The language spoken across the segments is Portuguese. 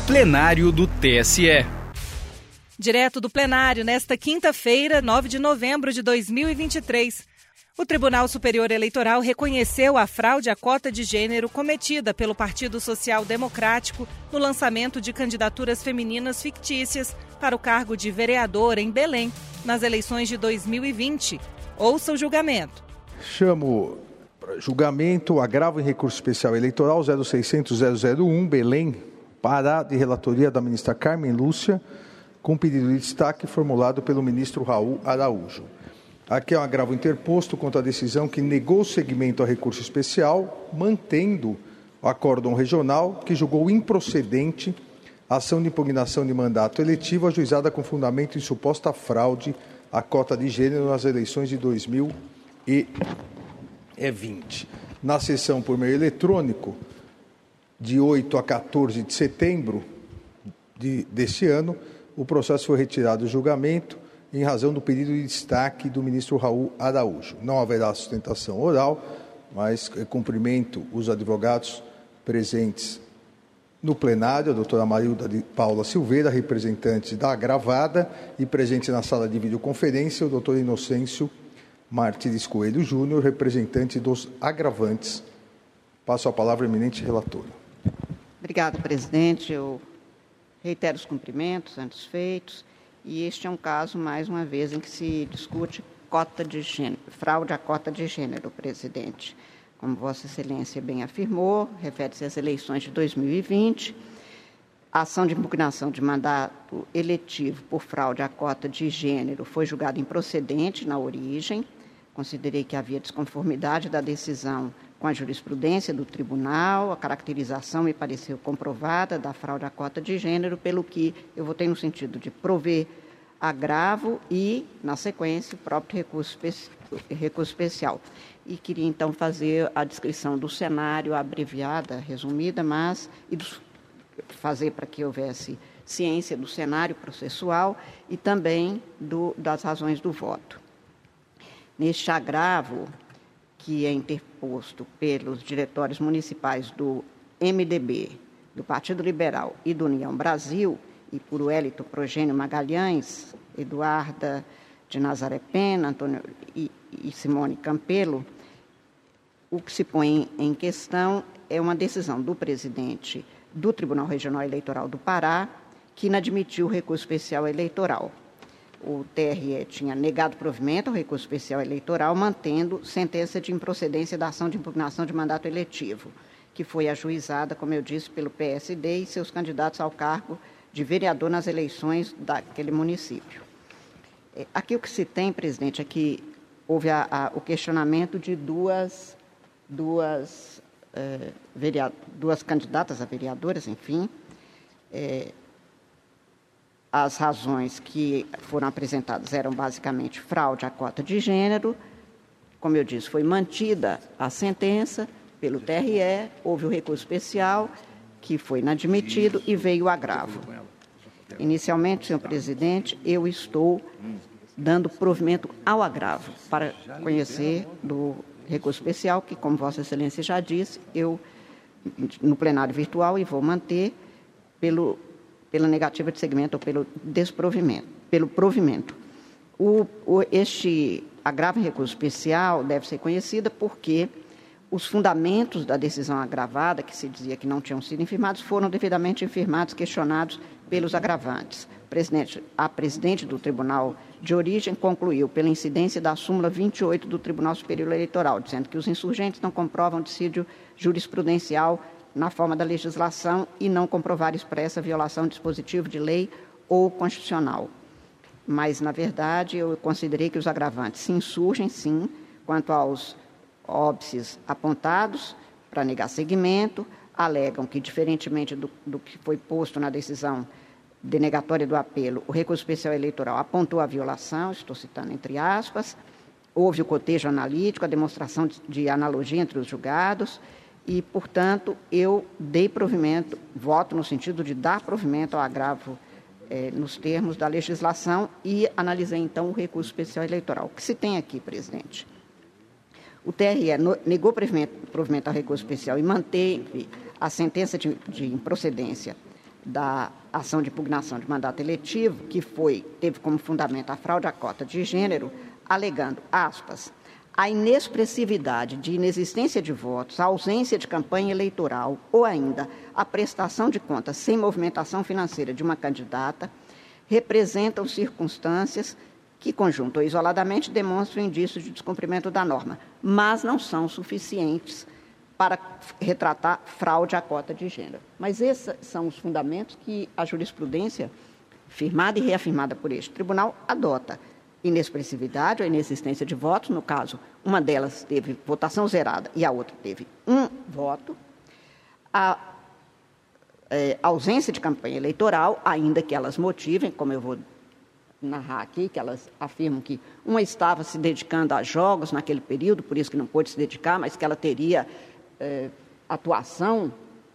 plenário do TSE. Direto do plenário, nesta quinta-feira, 9 de novembro de 2023. O Tribunal Superior Eleitoral reconheceu a fraude à cota de gênero cometida pelo Partido Social Democrático no lançamento de candidaturas femininas fictícias para o cargo de vereador em Belém, nas eleições de 2020. Ouça o julgamento. Chamo julgamento, agravo em recurso especial eleitoral 0600-001, Belém, Pará, de relatoria da ministra Carmen Lúcia, com pedido de destaque formulado pelo ministro Raul Araújo. Aqui é um agravo interposto contra a decisão que negou seguimento ao recurso especial, mantendo o acórdão regional que julgou improcedente a ação de impugnação de mandato eletivo ajuizada com fundamento em suposta fraude à cota de gênero nas eleições de 2020. Na sessão por meio eletrônico, de 8 a 14 de setembro deste ano, o processo foi retirado do julgamento em razão do pedido de destaque do ministro Raul Araújo. Não haverá sustentação oral, mas cumprimento os advogados presentes no plenário, a doutora Marilda de Paula Silveira, representante da agravada, e presente na sala de videoconferência, o doutor Inocêncio Martins Coelho Júnior, representante dos agravantes. Passo a palavra à eminente relatora. Obrigada, presidente. Eu reitero os cumprimentos antes feitos. E este é um caso, mais uma vez, em que se discute cota de gênero, fraude à cota de gênero, presidente. Como Vossa Excelência bem afirmou, refere-se às eleições de 2020. A ação de impugnação de mandato eletivo por fraude à cota de gênero foi julgada improcedente na origem. Considerei que havia desconformidade da decisão com a jurisprudência do tribunal, a caracterização me pareceu comprovada da fraude à cota de gênero, pelo que eu votei no sentido de prover agravo e, na sequência, o próprio recurso especial. E queria, então, fazer a descrição do cenário abreviada, resumida, mas fazer para que houvesse ciência do cenário processual e também das razões do voto. Neste agravo, que é interposto pelos diretórios municipais do MDB, do Partido Liberal e do União Brasil, e por Wellington Progênio Magalhães, Eduarda de Nazaré Pena, Antônio e Simone Campelo, o que se põe em questão é uma decisão do presidente do Tribunal Regional Eleitoral do Pará, que inadmitiu o recurso especial eleitoral. O TRE tinha negado provimento ao recurso especial eleitoral, mantendo sentença de improcedência da ação de impugnação de mandato eletivo, que foi ajuizada, como eu disse, pelo PSD e seus candidatos ao cargo de vereador nas eleições daquele município. Aqui o que se tem, presidente, é que houve o questionamento de duas candidatas a vereadoras, enfim. As razões que foram apresentadas eram basicamente fraude à cota de gênero. Como eu disse, foi mantida a sentença pelo TRE, houve o recurso especial, que foi inadmitido, e veio o agravo. Inicialmente, senhor presidente, eu estou dando provimento ao agravo para conhecer do recurso especial, que, como Vossa Excelência já disse, eu, no plenário virtual, e vou manter pela negativa de segmento ou pelo desprovimento, pelo provimento. Este agravo em recurso especial deve ser conhecido porque os fundamentos da decisão agravada, que se dizia que não tinham sido infirmados, foram devidamente infirmados, questionados pelos agravantes. A presidente do Tribunal de Origem concluiu pela incidência da súmula 28 do Tribunal Superior Eleitoral, dizendo que os insurgentes não comprovam dissídio jurisprudencial na forma da legislação e não comprovar expressa violação de dispositivo de lei ou constitucional. Mas, na verdade, eu considerei que os agravantes se insurgem, sim, quanto aos óbices apontados para negar seguimento, alegam que, diferentemente do que foi posto na decisão denegatória do apelo, o recurso especial eleitoral apontou a violação, estou citando entre aspas, houve o cotejo analítico, a demonstração de analogia entre os julgados, e, portanto, eu dei provimento, voto no sentido de dar provimento ao agravo nos termos da legislação e analisei, então, o recurso especial eleitoral. O que se tem aqui, presidente? O TRE negou provimento ao recurso especial e manteve a sentença de improcedência da ação de impugnação de mandato eletivo, que teve como fundamento a fraude à cota de gênero, alegando, aspas, a inexpressividade de inexistência de votos, a ausência de campanha eleitoral ou ainda a prestação de contas sem movimentação financeira de uma candidata representam circunstâncias que, conjunto ou isoladamente, demonstram indícios de descumprimento da norma, mas não são suficientes para retratar fraude à cota de gênero. Mas esses são os fundamentos que a jurisprudência, firmada e reafirmada por este tribunal, adota. Inexpressividade ou inexistência de votos, no caso, uma delas teve votação zerada e a outra teve um voto. A ausência de campanha eleitoral, ainda que elas motivem, como eu vou narrar aqui, que elas afirmam que uma estava se dedicando a jogos naquele período, por isso que não pôde se dedicar, mas que ela teria atuação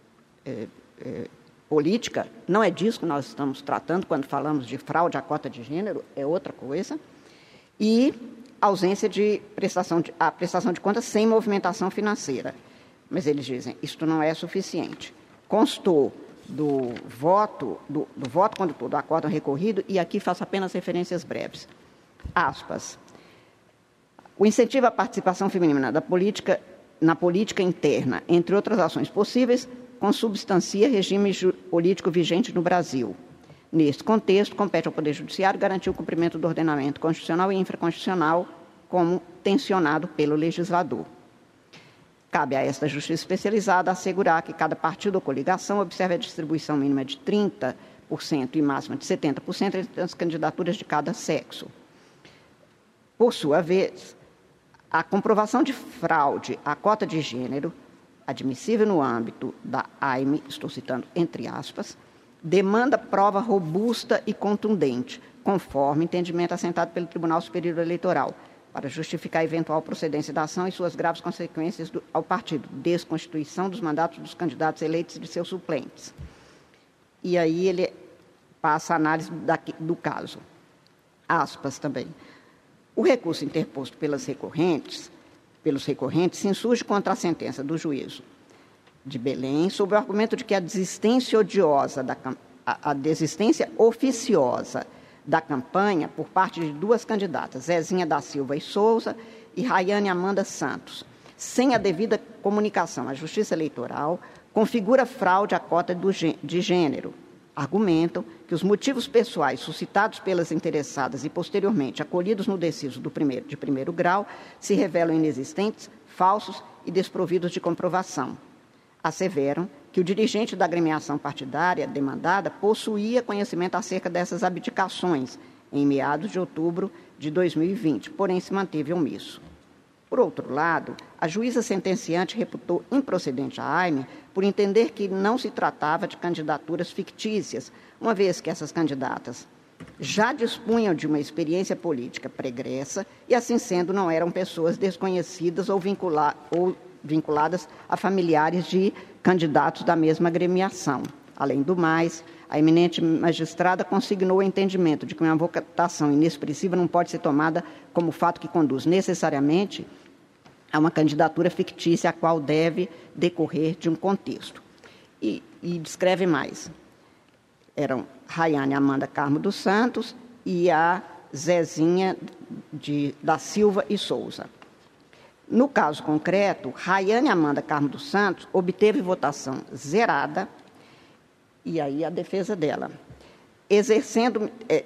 política. Não é disso que nós estamos tratando quando falamos de fraude à cota de gênero, é outra coisa. E ausência de prestação de contas sem movimentação financeira. Mas eles dizem, isto não é suficiente. Constou do voto condutor do acórdão recorrido, e aqui faço apenas referências breves. Aspas. O incentivo à participação feminina na política interna, entre outras ações possíveis, consubstancia regime político vigente no Brasil. Neste contexto, compete ao Poder Judiciário garantir o cumprimento do ordenamento constitucional e infraconstitucional como tensionado pelo legislador. Cabe a esta justiça especializada assegurar que cada partido ou coligação observe a distribuição mínima de 30% e máxima de 70% entre as candidaturas de cada sexo. Por sua vez, a comprovação de fraude à cota de gênero, admissível no âmbito da AIME, estou citando entre aspas, demanda prova robusta e contundente, conforme entendimento assentado pelo Tribunal Superior Eleitoral, para justificar a eventual procedência da ação e suas graves consequências ao partido, desconstituição dos mandatos dos candidatos eleitos e de seus suplentes. E aí ele passa a análise do caso. Aspas também. O recurso interposto pelos recorrentes se insurge contra a sentença do juízo de Belém, sob o argumento de que a desistência oficiosa da campanha por parte de duas candidatas, Zezinha da Silva e Souza e Rayane Amanda Santos, sem a devida comunicação à Justiça Eleitoral, configura fraude à cota de gênero. Argumentam que os motivos pessoais suscitados pelas interessadas e posteriormente acolhidos no deciso de primeiro grau se revelam inexistentes, falsos e desprovidos de comprovação. Asseveram que o dirigente da agremiação partidária demandada possuía conhecimento acerca dessas abdicações em meados de outubro de 2020, porém se manteve omisso. Por outro lado, a juíza sentenciante reputou improcedente a AIME por entender que não se tratava de candidaturas fictícias, uma vez que essas candidatas já dispunham de uma experiência política pregressa e, assim sendo, não eram pessoas desconhecidas ou vinculadas a familiares de candidatos da mesma agremiação. Além do mais, a eminente magistrada consignou o entendimento de que uma votação inexpressiva não pode ser tomada como fato que conduz necessariamente a uma candidatura fictícia a qual deve decorrer de um contexto. E descreve mais. Eram Rayane Amanda Carmo dos Santos e a Zezinha da Silva e Souza. No caso concreto, Rayane Amanda Carmo dos Santos obteve votação zerada, e aí a defesa dela, exercendo,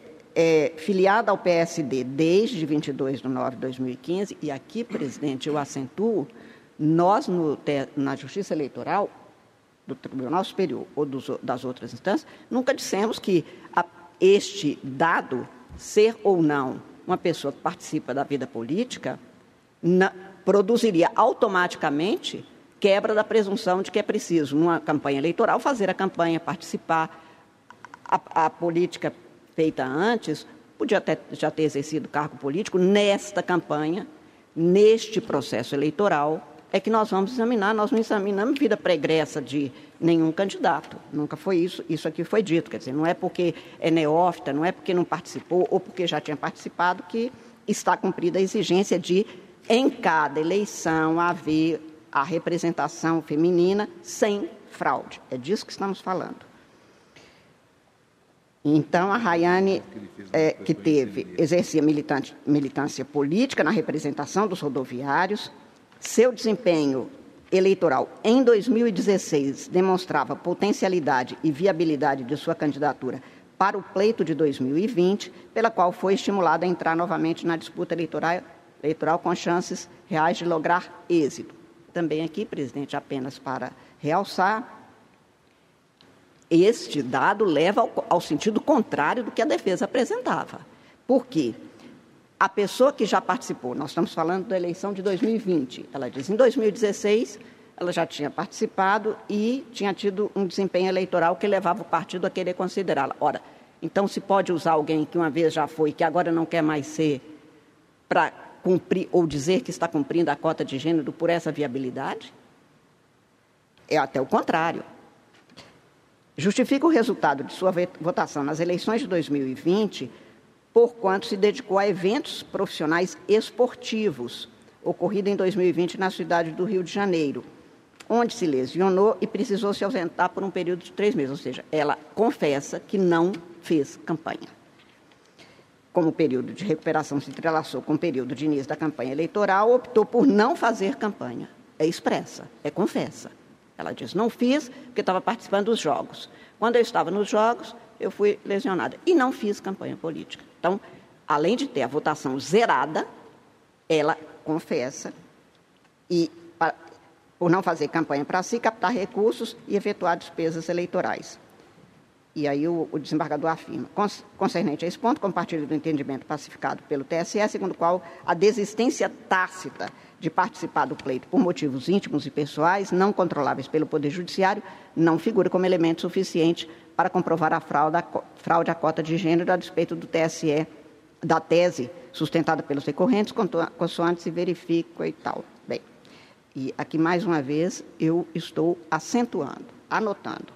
filiada ao PSD desde 22 de novembro de 2015, e aqui, presidente, eu acentuo, nós, na Justiça Eleitoral, do Tribunal Superior ou das outras instâncias, nunca dissemos que este dado, ser ou não uma pessoa que participa da vida política, produziria automaticamente quebra da presunção de que é preciso, numa campanha eleitoral, fazer a campanha, participar. A política feita antes podia até já ter exercido cargo político. Nesta campanha, neste processo eleitoral, é que nós vamos examinar. Nós não examinamos vida pregressa de nenhum candidato. Nunca foi isso. Isso aqui foi dito. Quer dizer, não é porque é neófita, não é porque não participou ou porque já tinha participado que está cumprida a exigência de, em cada eleição, haver a representação feminina sem fraude. É disso que estamos falando. Então, a Rayane, exercia militância política na representação dos rodoviários. Seu desempenho eleitoral em 2016 demonstrava potencialidade e viabilidade de sua candidatura para o pleito de 2020, pela qual foi estimulada a entrar novamente na disputa eleitoral com chances reais de lograr êxito. Também aqui, presidente, apenas para realçar, este dado leva ao sentido contrário do que a defesa apresentava. Por quê? A pessoa que já participou, nós estamos falando da eleição de 2020, ela diz, em 2016, ela já tinha participado e tinha tido um desempenho eleitoral que levava o partido a querer considerá-la. Ora, então se pode usar alguém que uma vez já foi, que agora não quer mais ser, para cumprir ou dizer que está cumprindo a cota de gênero por essa viabilidade? É até o contrário. Justifica o resultado de sua votação nas eleições de 2020 porquanto se dedicou a eventos profissionais esportivos, ocorrido em 2020 na cidade do Rio de Janeiro, onde se lesionou e precisou se ausentar por um período de 3 meses. Ou seja, ela confessa que não fez campanha. Como o período de recuperação se entrelaçou com o período de início da campanha eleitoral, optou por não fazer campanha. É expressa, é confessa. Ela diz, não fiz porque estava participando dos jogos. Quando eu estava nos jogos, eu fui lesionada e não fiz campanha política. Então, além de ter a votação zerada, ela confessa e, por não fazer campanha para si, captar recursos e efetuar despesas eleitorais. E aí o desembargador afirma, concernente a esse ponto, compartilho do entendimento pacificado pelo TSE, segundo o qual a desistência tácita de participar do pleito por motivos íntimos e pessoais, não controláveis pelo Poder Judiciário, não figura como elemento suficiente para comprovar a fraude à cota de gênero a despeito do TSE, da tese sustentada pelos recorrentes, consoante se verifica e tal. Bem, e aqui mais uma vez eu estou acentuando, anotando.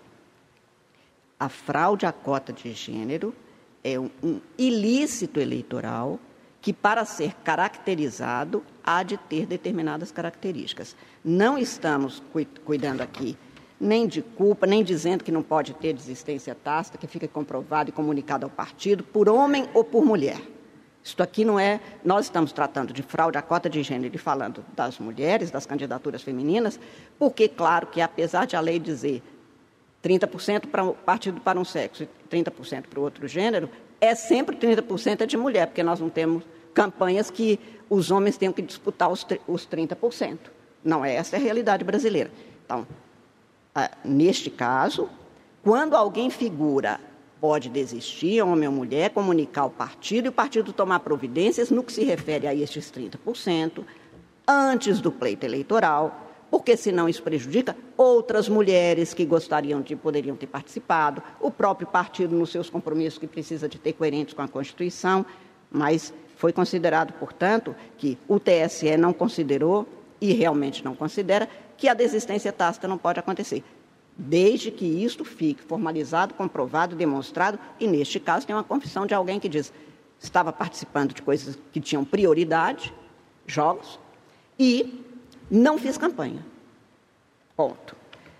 A fraude à cota de gênero é um ilícito eleitoral que, para ser caracterizado, há de ter determinadas características. Não estamos cuidando aqui nem de culpa, nem dizendo que não pode ter desistência tácita, que fica comprovado e comunicado ao partido, por homem ou por mulher. Isto aqui não é... Nós estamos tratando de fraude à cota de gênero e falando das mulheres, das candidaturas femininas, porque, claro, que apesar de a lei dizer 30% para o partido para um sexo e 30% para o outro gênero, é sempre 30% de mulher, porque nós não temos campanhas que os homens tenham que disputar os 30%. Não é essa a realidade brasileira. Então, neste caso, quando alguém figura, pode desistir, homem ou mulher, comunicar ao partido e o partido tomar providências no que se refere a estes 30%, antes do pleito eleitoral, porque senão isso prejudica outras mulheres que poderiam ter participado, o próprio partido nos seus compromissos que precisa de ter coerentes com a Constituição, mas foi considerado, portanto, que o TSE não considerou, e realmente não considera, que a desistência tácita não pode acontecer, desde que isto fique formalizado, comprovado, demonstrado, e neste caso tem uma confissão de alguém que diz estava participando de coisas que tinham prioridade, jogos, e não fiz campanha. Ponto.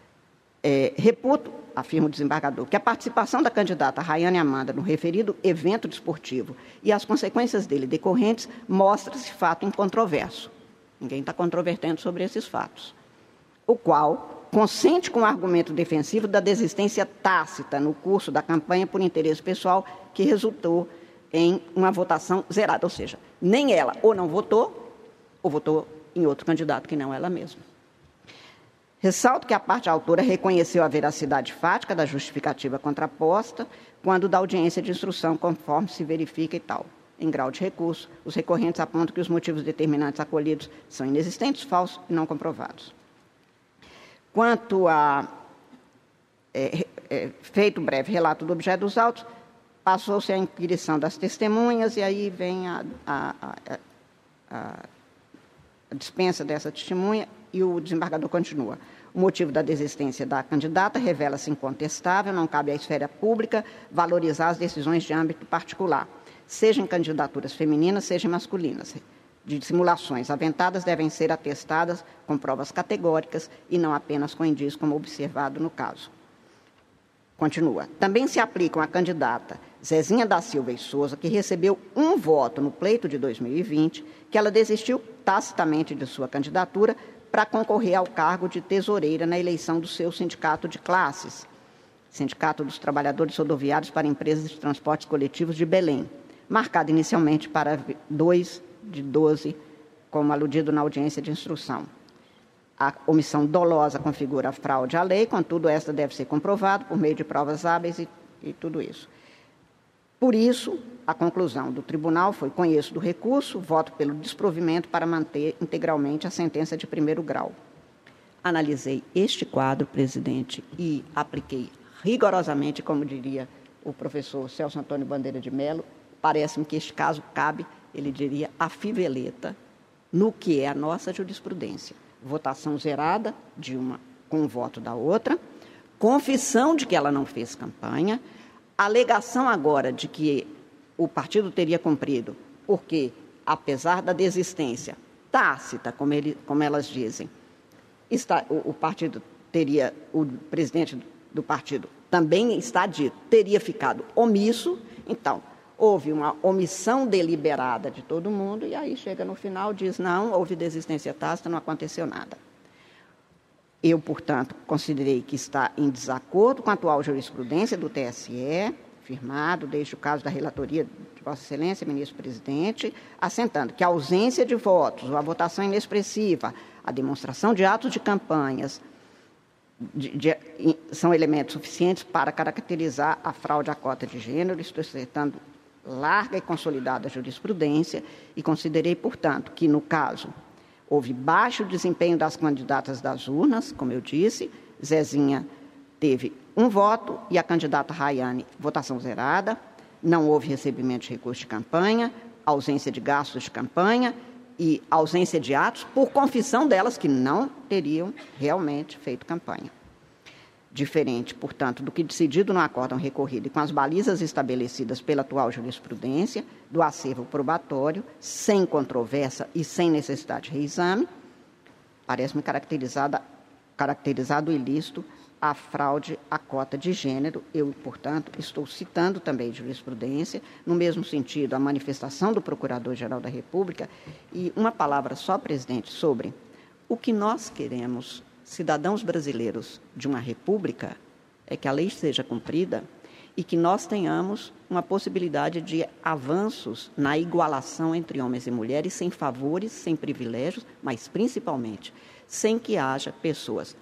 Reputo, afirma o desembargador, que a participação da candidata Rayane Amanda no referido evento desportivo e as consequências dele decorrentes mostra-se fato incontroverso. Ninguém está controvertendo sobre esses fatos. O qual consente com o argumento defensivo da desistência tácita no curso da campanha por interesse pessoal que resultou em uma votação zerada. Ou seja, nem ela ou não votou, ou votou em outro candidato que não ela mesma. Ressalto que a parte autora reconheceu a veracidade fática da justificativa contraposta quando da audiência de instrução, conforme se verifica e tal. Em grau de recurso, os recorrentes apontam que os motivos determinantes acolhidos são inexistentes, falsos e não comprovados. Quanto a feito um breve relato do objeto dos autos, passou-se a inquirição das testemunhas e aí vem a dispensa dessa testemunha e o desembargador continua. O motivo da desistência da candidata revela-se incontestável, não cabe à esfera pública valorizar as decisões de âmbito particular, seja em candidaturas femininas, seja em masculinas. De simulações aventadas devem ser atestadas com provas categóricas e não apenas com indícios, como observado no caso. Continua. Também se aplicam à candidata Zezinha da Silva e Souza, que recebeu 1 voto no pleito de 2020, que ela desistiu tacitamente de sua candidatura para concorrer ao cargo de tesoureira na eleição do seu sindicato de classes, Sindicato dos Trabalhadores Rodoviários para Empresas de Transportes Coletivos de Belém, marcado inicialmente para 2/12, como aludido na audiência de instrução. A omissão dolosa configura fraude à lei, contudo, esta deve ser comprovada por meio de provas hábeis e tudo isso. Por isso, a conclusão do tribunal foi: conheço do recurso, voto pelo desprovimento para manter integralmente a sentença de 1º grau. Analisei este quadro, presidente, e apliquei rigorosamente, como diria o professor Celso Antônio Bandeira de Mello, parece-me que este caso cabe, ele diria, a fiveleta no que é a nossa jurisprudência. Votação zerada de uma com o voto da outra, confissão de que ela não fez campanha, alegação agora de que o partido teria cumprido, porque, apesar da desistência tácita, como elas dizem, o partido teria, o presidente do partido também está dito, teria ficado omisso. Então, houve uma omissão deliberada de todo mundo e aí chega no final, diz não, houve desistência tácita, não aconteceu nada. Eu, portanto, considerei que está em desacordo com a atual jurisprudência do TSE, firmado desde o caso da relatoria de Vossa Excelência, ministro-presidente, assentando que a ausência de votos, ou a votação inexpressiva, a demonstração de atos de campanhas, são elementos suficientes para caracterizar a fraude à cota de gênero. Estou citando larga e consolidada jurisprudência e considerei, portanto, que, no caso, houve baixo desempenho das candidatas das urnas, como eu disse, Zezinha teve 1 voto e a candidata Rayane, votação zerada, não houve recebimento de recurso de campanha, ausência de gastos de campanha e ausência de atos por confissão delas que não teriam realmente feito campanha. Diferente, portanto, do que decidido no acórdão recorrido e com as balizas estabelecidas pela atual jurisprudência, do acervo probatório, sem controvérsia e sem necessidade de reexame, parece-me caracterizado ilícito a fraude à cota de gênero. Eu, portanto, estou citando também jurisprudência, no mesmo sentido, a manifestação do Procurador-Geral da República. E uma palavra só, presidente, sobre o que nós queremos, cidadãos brasileiros de uma república, é que a lei seja cumprida e que nós tenhamos uma possibilidade de avanços na igualação entre homens e mulheres, sem favores, sem privilégios, mas principalmente sem que haja pessoas,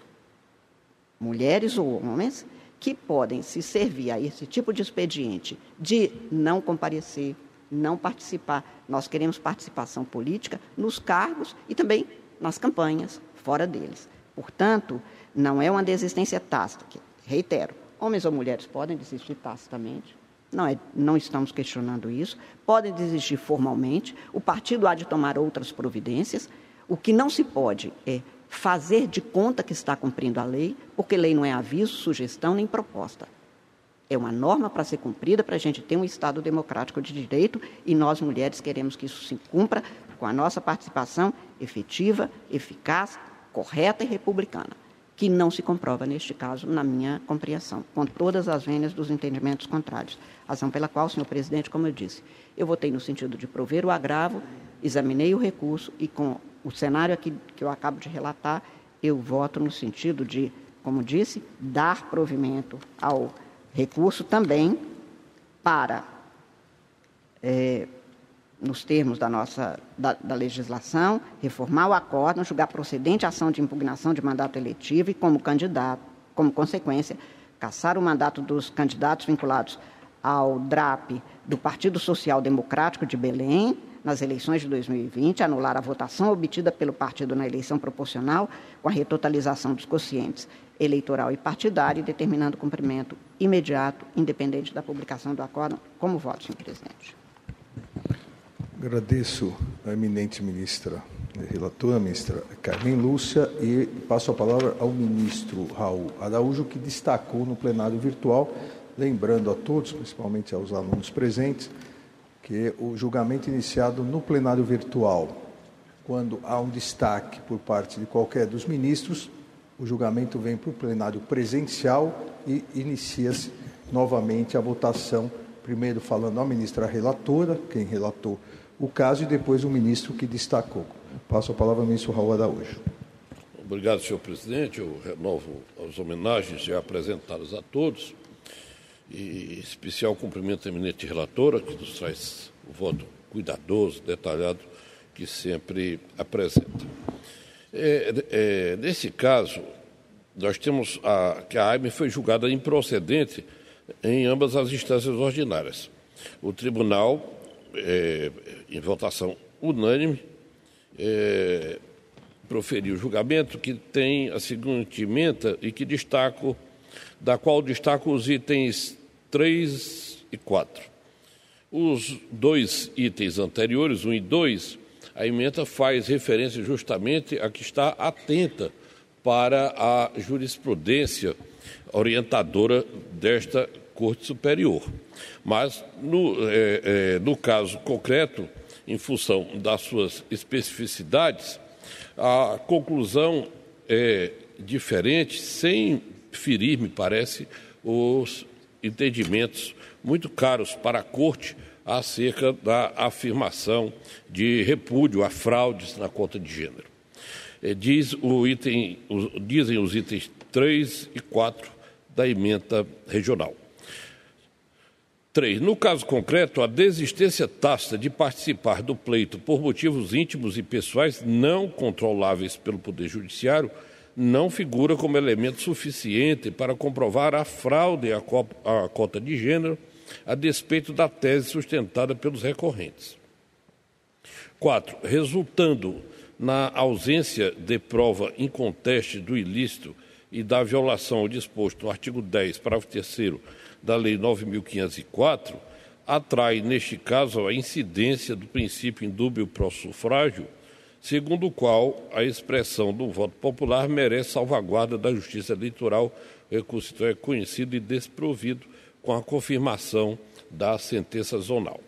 mulheres ou homens, que podem se servir a esse tipo de expediente de não comparecer, não participar. Nós queremos participação política nos cargos e também nas campanhas, fora deles. Portanto, não é uma desistência tácita, que, reitero, homens ou mulheres podem desistir tacitamente, não estamos questionando isso, podem desistir formalmente, o partido há de tomar outras providências. O que não se pode é fazer de conta que está cumprindo a lei, porque lei não é aviso, sugestão nem proposta. É uma norma para ser cumprida, para a gente ter um Estado democrático de direito, e nós, mulheres, queremos que isso se cumpra com a nossa participação efetiva, eficaz, correta e republicana, que não se comprova neste caso, na minha compreensão, com todas as vênias dos entendimentos contrários. Razão pela qual, senhor presidente, como eu disse, eu votei no sentido de prover o agravo, examinei o recurso e, com o cenário aqui que eu acabo de relatar, eu voto no sentido de, como disse, dar provimento ao recurso também para, nos termos da legislação, reformar o acórdão, julgar procedente a ação de impugnação de mandato eletivo e, como consequência, cassar o mandato dos candidatos vinculados ao DRAP do Partido Social Democrático de Belém, nas eleições de 2020, anular a votação obtida pelo partido na eleição proporcional com a retotalização dos quocientes eleitoral e partidário, determinando o cumprimento imediato, independente da publicação do acórdão. Como voto, senhor presidente? Agradeço a eminente ministra relatora, ministra Carmen Lúcia, e passo a palavra ao ministro Raul Araújo, que destacou no plenário virtual, lembrando a todos, principalmente aos alunos presentes, que o julgamento iniciado no plenário virtual, quando há um destaque por parte de qualquer dos ministros, o julgamento vem para o plenário presencial e inicia-se novamente a votação, primeiro falando a ministra relatora, quem relatou o caso, e depois o ministro que destacou. Passo a palavra ao ministro Raul Araújo. Obrigado, senhor presidente. Eu renovo as homenagens já apresentadas a todos, e em especial cumprimento a eminente relatora, que nos traz o voto cuidadoso, detalhado, que sempre apresenta. Nesse caso, nós temos que a AIME foi julgada improcedente em ambas as instâncias ordinárias. O tribunal, em votação unânime, proferiu o julgamento que tem a seguinte ementa e que da qual destaco os itens 3 e 4. Os dois itens anteriores, 1 e 2, a ementa faz referência justamente a que está atenta para a jurisprudência orientadora desta Corte Superior. Mas, no caso concreto, em função das suas especificidades, a conclusão é diferente, sem ferir, me parece, os entendimentos muito caros para a Corte acerca da afirmação de repúdio a fraudes na cota de gênero. Dizem os itens 3 e 4 da ementa regional. 3. No caso concreto, a desistência tácita de participar do pleito por motivos íntimos e pessoais não controláveis pelo Poder Judiciário não figura como elemento suficiente para comprovar a fraude à cota de gênero, a despeito da tese sustentada pelos recorrentes. 4. Resultando na ausência de prova inconteste do ilícito e da violação ao disposto no artigo 10, parágrafo 3º da Lei 9.504, atrai, neste caso, a incidência do princípio indúbio pro sufrágio, segundo o qual a expressão do voto popular merece salvaguarda da justiça eleitoral. O recurso então é conhecido e desprovido com a confirmação da sentença zonal.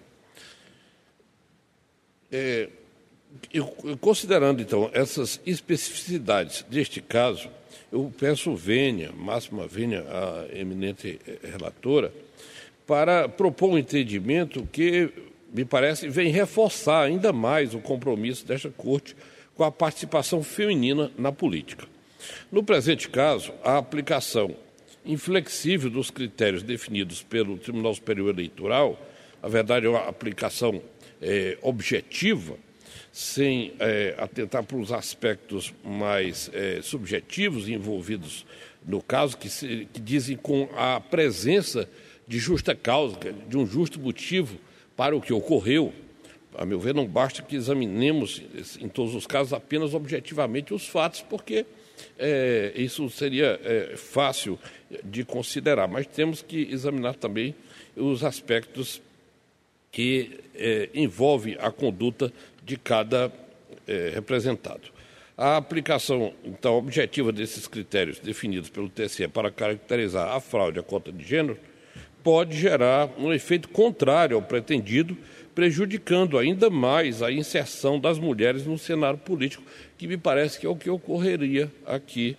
Considerando, então, essas especificidades deste caso, eu peço máxima vênia à eminente relatora, para propor um entendimento que, me parece, vem reforçar ainda mais o compromisso desta Corte com a participação feminina na política. No presente caso, a aplicação inflexível dos critérios definidos pelo Tribunal Superior Eleitoral, na verdade é uma aplicação objetiva, sem atentar para os aspectos mais subjetivos envolvidos no caso, que dizem com a presença de justa causa, de um justo motivo para o que ocorreu. A meu ver, não basta que examinemos, em todos os casos, apenas objetivamente os fatos, porque isso seria fácil de considerar, mas temos que examinar também os aspectos que envolvem a conduta de cada representado. A aplicação, então, objetiva desses critérios definidos pelo TSE para caracterizar a fraude à cota de gênero pode gerar um efeito contrário ao pretendido, prejudicando ainda mais a inserção das mulheres no cenário político, que me parece que é o que ocorreria aqui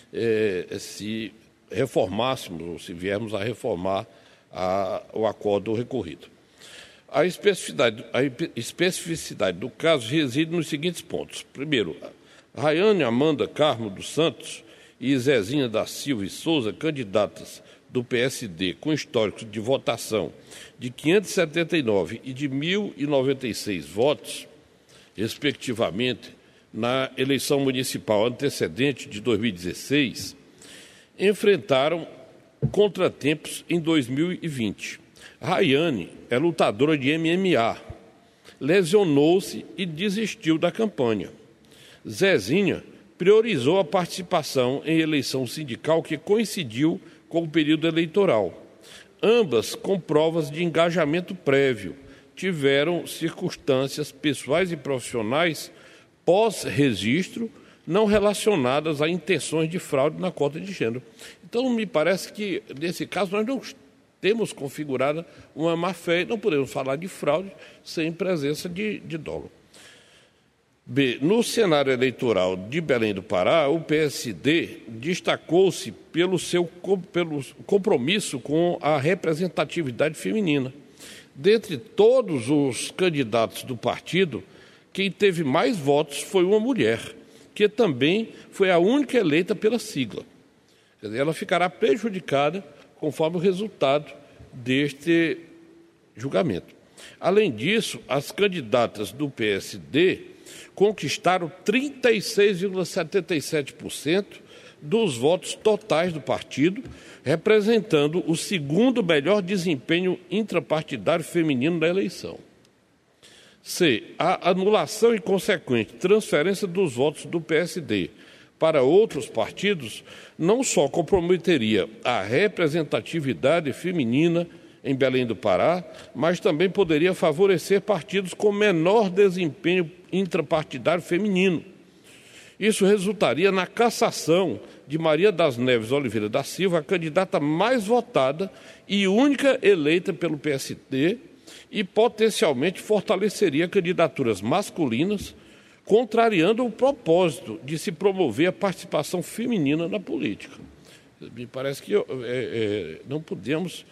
se reformássemos, ou se viermos a reformar o acordo recorrido. A especificidade do caso reside nos seguintes pontos. Primeiro, Rayane Amanda Carmo dos Santos e Zezinha da Silva e Souza, candidatas do PSD com históricos de votação de 579 e de 1.096 votos, respectivamente, na eleição municipal antecedente de 2016, enfrentaram contratempos em 2020. Rayane é lutadora de MMA, lesionou-se e desistiu da campanha. Zezinha priorizou a participação em eleição sindical que coincidiu com o período eleitoral. Ambas com provas de engajamento prévio, tiveram circunstâncias pessoais e profissionais pós-registro não relacionadas a intenções de fraude na cota de gênero. Então, me parece que, nesse caso, nós não temos configurada uma má-fé, não podemos falar de fraude sem presença de dolo. B. No cenário eleitoral de Belém do Pará, o PSD destacou-se pelo compromisso com a representatividade feminina. Dentre todos os candidatos do partido, quem teve mais votos foi uma mulher, que também foi a única eleita pela sigla. Quer dizer, ela ficará prejudicada conforme o resultado deste julgamento. Além disso, as candidatas do PSD conquistaram 36,77% dos votos totais do partido, representando o segundo melhor desempenho intrapartidário feminino da eleição. C. A anulação e consequente transferência dos votos do PSD para outros partidos não só comprometeria a representatividade feminina em Belém do Pará, mas também poderia favorecer partidos com menor desempenho intrapartidário feminino. Isso resultaria na cassação de Maria das Neves Oliveira da Silva, a candidata mais votada e única eleita pelo PSD, e potencialmente fortaleceria candidaturas masculinas, contrariando o propósito de se promover a participação feminina na política. Me parece que não podemos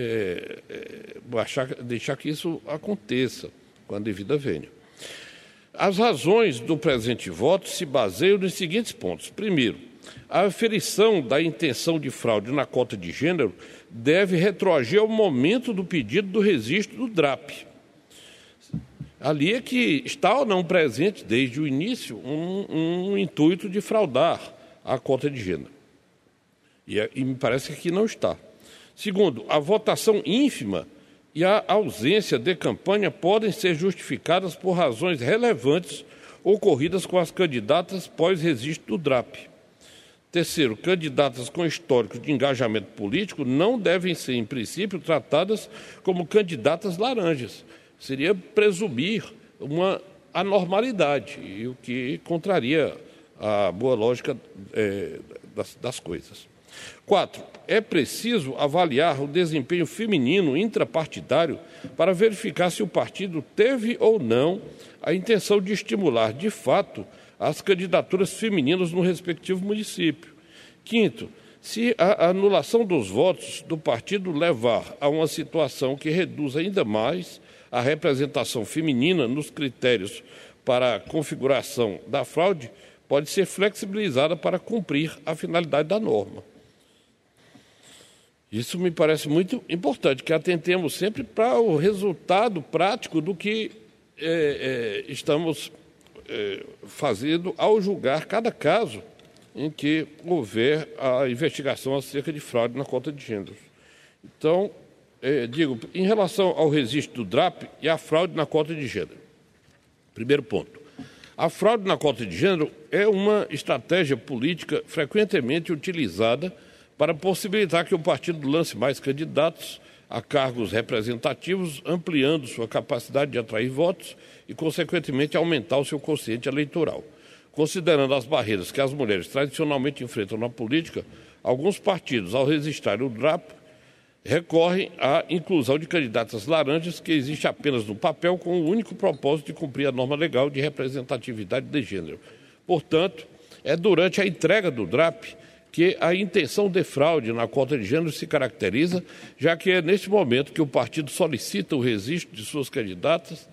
deixar que isso aconteça com a devida vênia. As razões do presente voto se baseiam nos seguintes pontos. Primeiro, a aferição da intenção de fraude na cota de gênero deve retroagir ao momento do pedido do registro do DRAP. Ali é que está ou não presente, desde o início, um intuito de fraudar a cota de gênero. E me parece que aqui não está. Segundo, a votação ínfima e a ausência de campanha podem ser justificadas por razões relevantes ocorridas com as candidatas pós-registro do DRAP. Terceiro, candidatas com histórico de engajamento político não devem ser, em princípio, tratadas como candidatas laranjas. Seria presumir uma anormalidade, e o que contraria a boa lógica das coisas. 4. É preciso avaliar o desempenho feminino intrapartidário para verificar se o partido teve ou não a intenção de estimular, de fato, as candidaturas femininas no respectivo município. 5. Se a anulação dos votos do partido levar a uma situação que reduz ainda mais a representação feminina nos critérios para a configuração da fraude, pode ser flexibilizada para cumprir a finalidade da norma. Isso me parece muito importante, que atentemos sempre para o resultado prático do que estamos fazendo ao julgar cada caso em que houver a investigação acerca de fraude na cota de gênero. Então, em relação ao registro do DRAP e à fraude na cota de gênero. Primeiro ponto. A fraude na cota de gênero é uma estratégia política frequentemente utilizada para possibilitar que o partido lance mais candidatos a cargos representativos, ampliando sua capacidade de atrair votos e, consequentemente, aumentar o seu quociente eleitoral. Considerando as barreiras que as mulheres tradicionalmente enfrentam na política, alguns partidos, ao registrarem o DRAP, recorrem à inclusão de candidatas laranjas que existe apenas no papel com o único propósito de cumprir a norma legal de representatividade de gênero. Portanto, é durante a entrega do DRAP que a intenção de fraude na cota de gênero se caracteriza, já que é neste momento que o partido solicita o registro de seus candidatos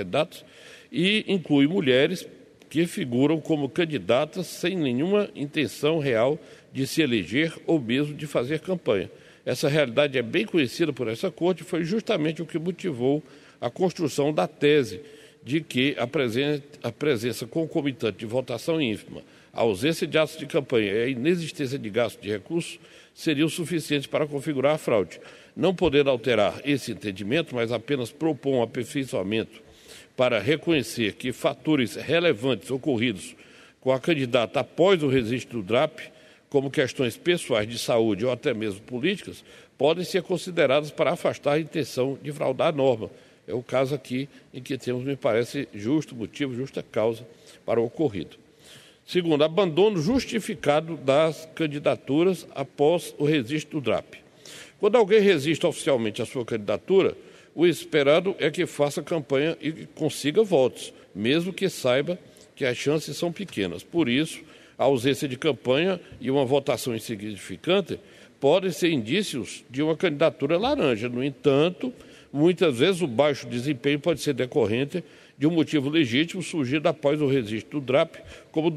e inclui mulheres que figuram como candidatas sem nenhuma intenção real de se eleger ou mesmo de fazer campanha. Essa realidade é bem conhecida por essa corte e foi justamente o que motivou a construção da tese de que a presença concomitante de votação ínfima, a ausência de atos de campanha e a inexistência de gasto de recursos seriam suficientes para configurar a fraude. Não podendo alterar esse entendimento, mas apenas propor um aperfeiçoamento para reconhecer que fatores relevantes ocorridos com a candidata após o registro do DRAP, como questões pessoais de saúde ou até mesmo políticas, podem ser consideradas para afastar a intenção de fraudar a norma. É o caso aqui em que temos, me parece, justo motivo, justa causa para o ocorrido. Segundo, abandono justificado das candidaturas após o registro do DRAP. Quando alguém registra oficialmente a sua candidatura, o esperado é que faça campanha e consiga votos, mesmo que saiba que as chances são pequenas. Por isso, a ausência de campanha e uma votação insignificante podem ser indícios de uma candidatura laranja. No entanto, muitas vezes o baixo desempenho pode ser decorrente de um motivo legítimo surgido após o registro do DRAP, como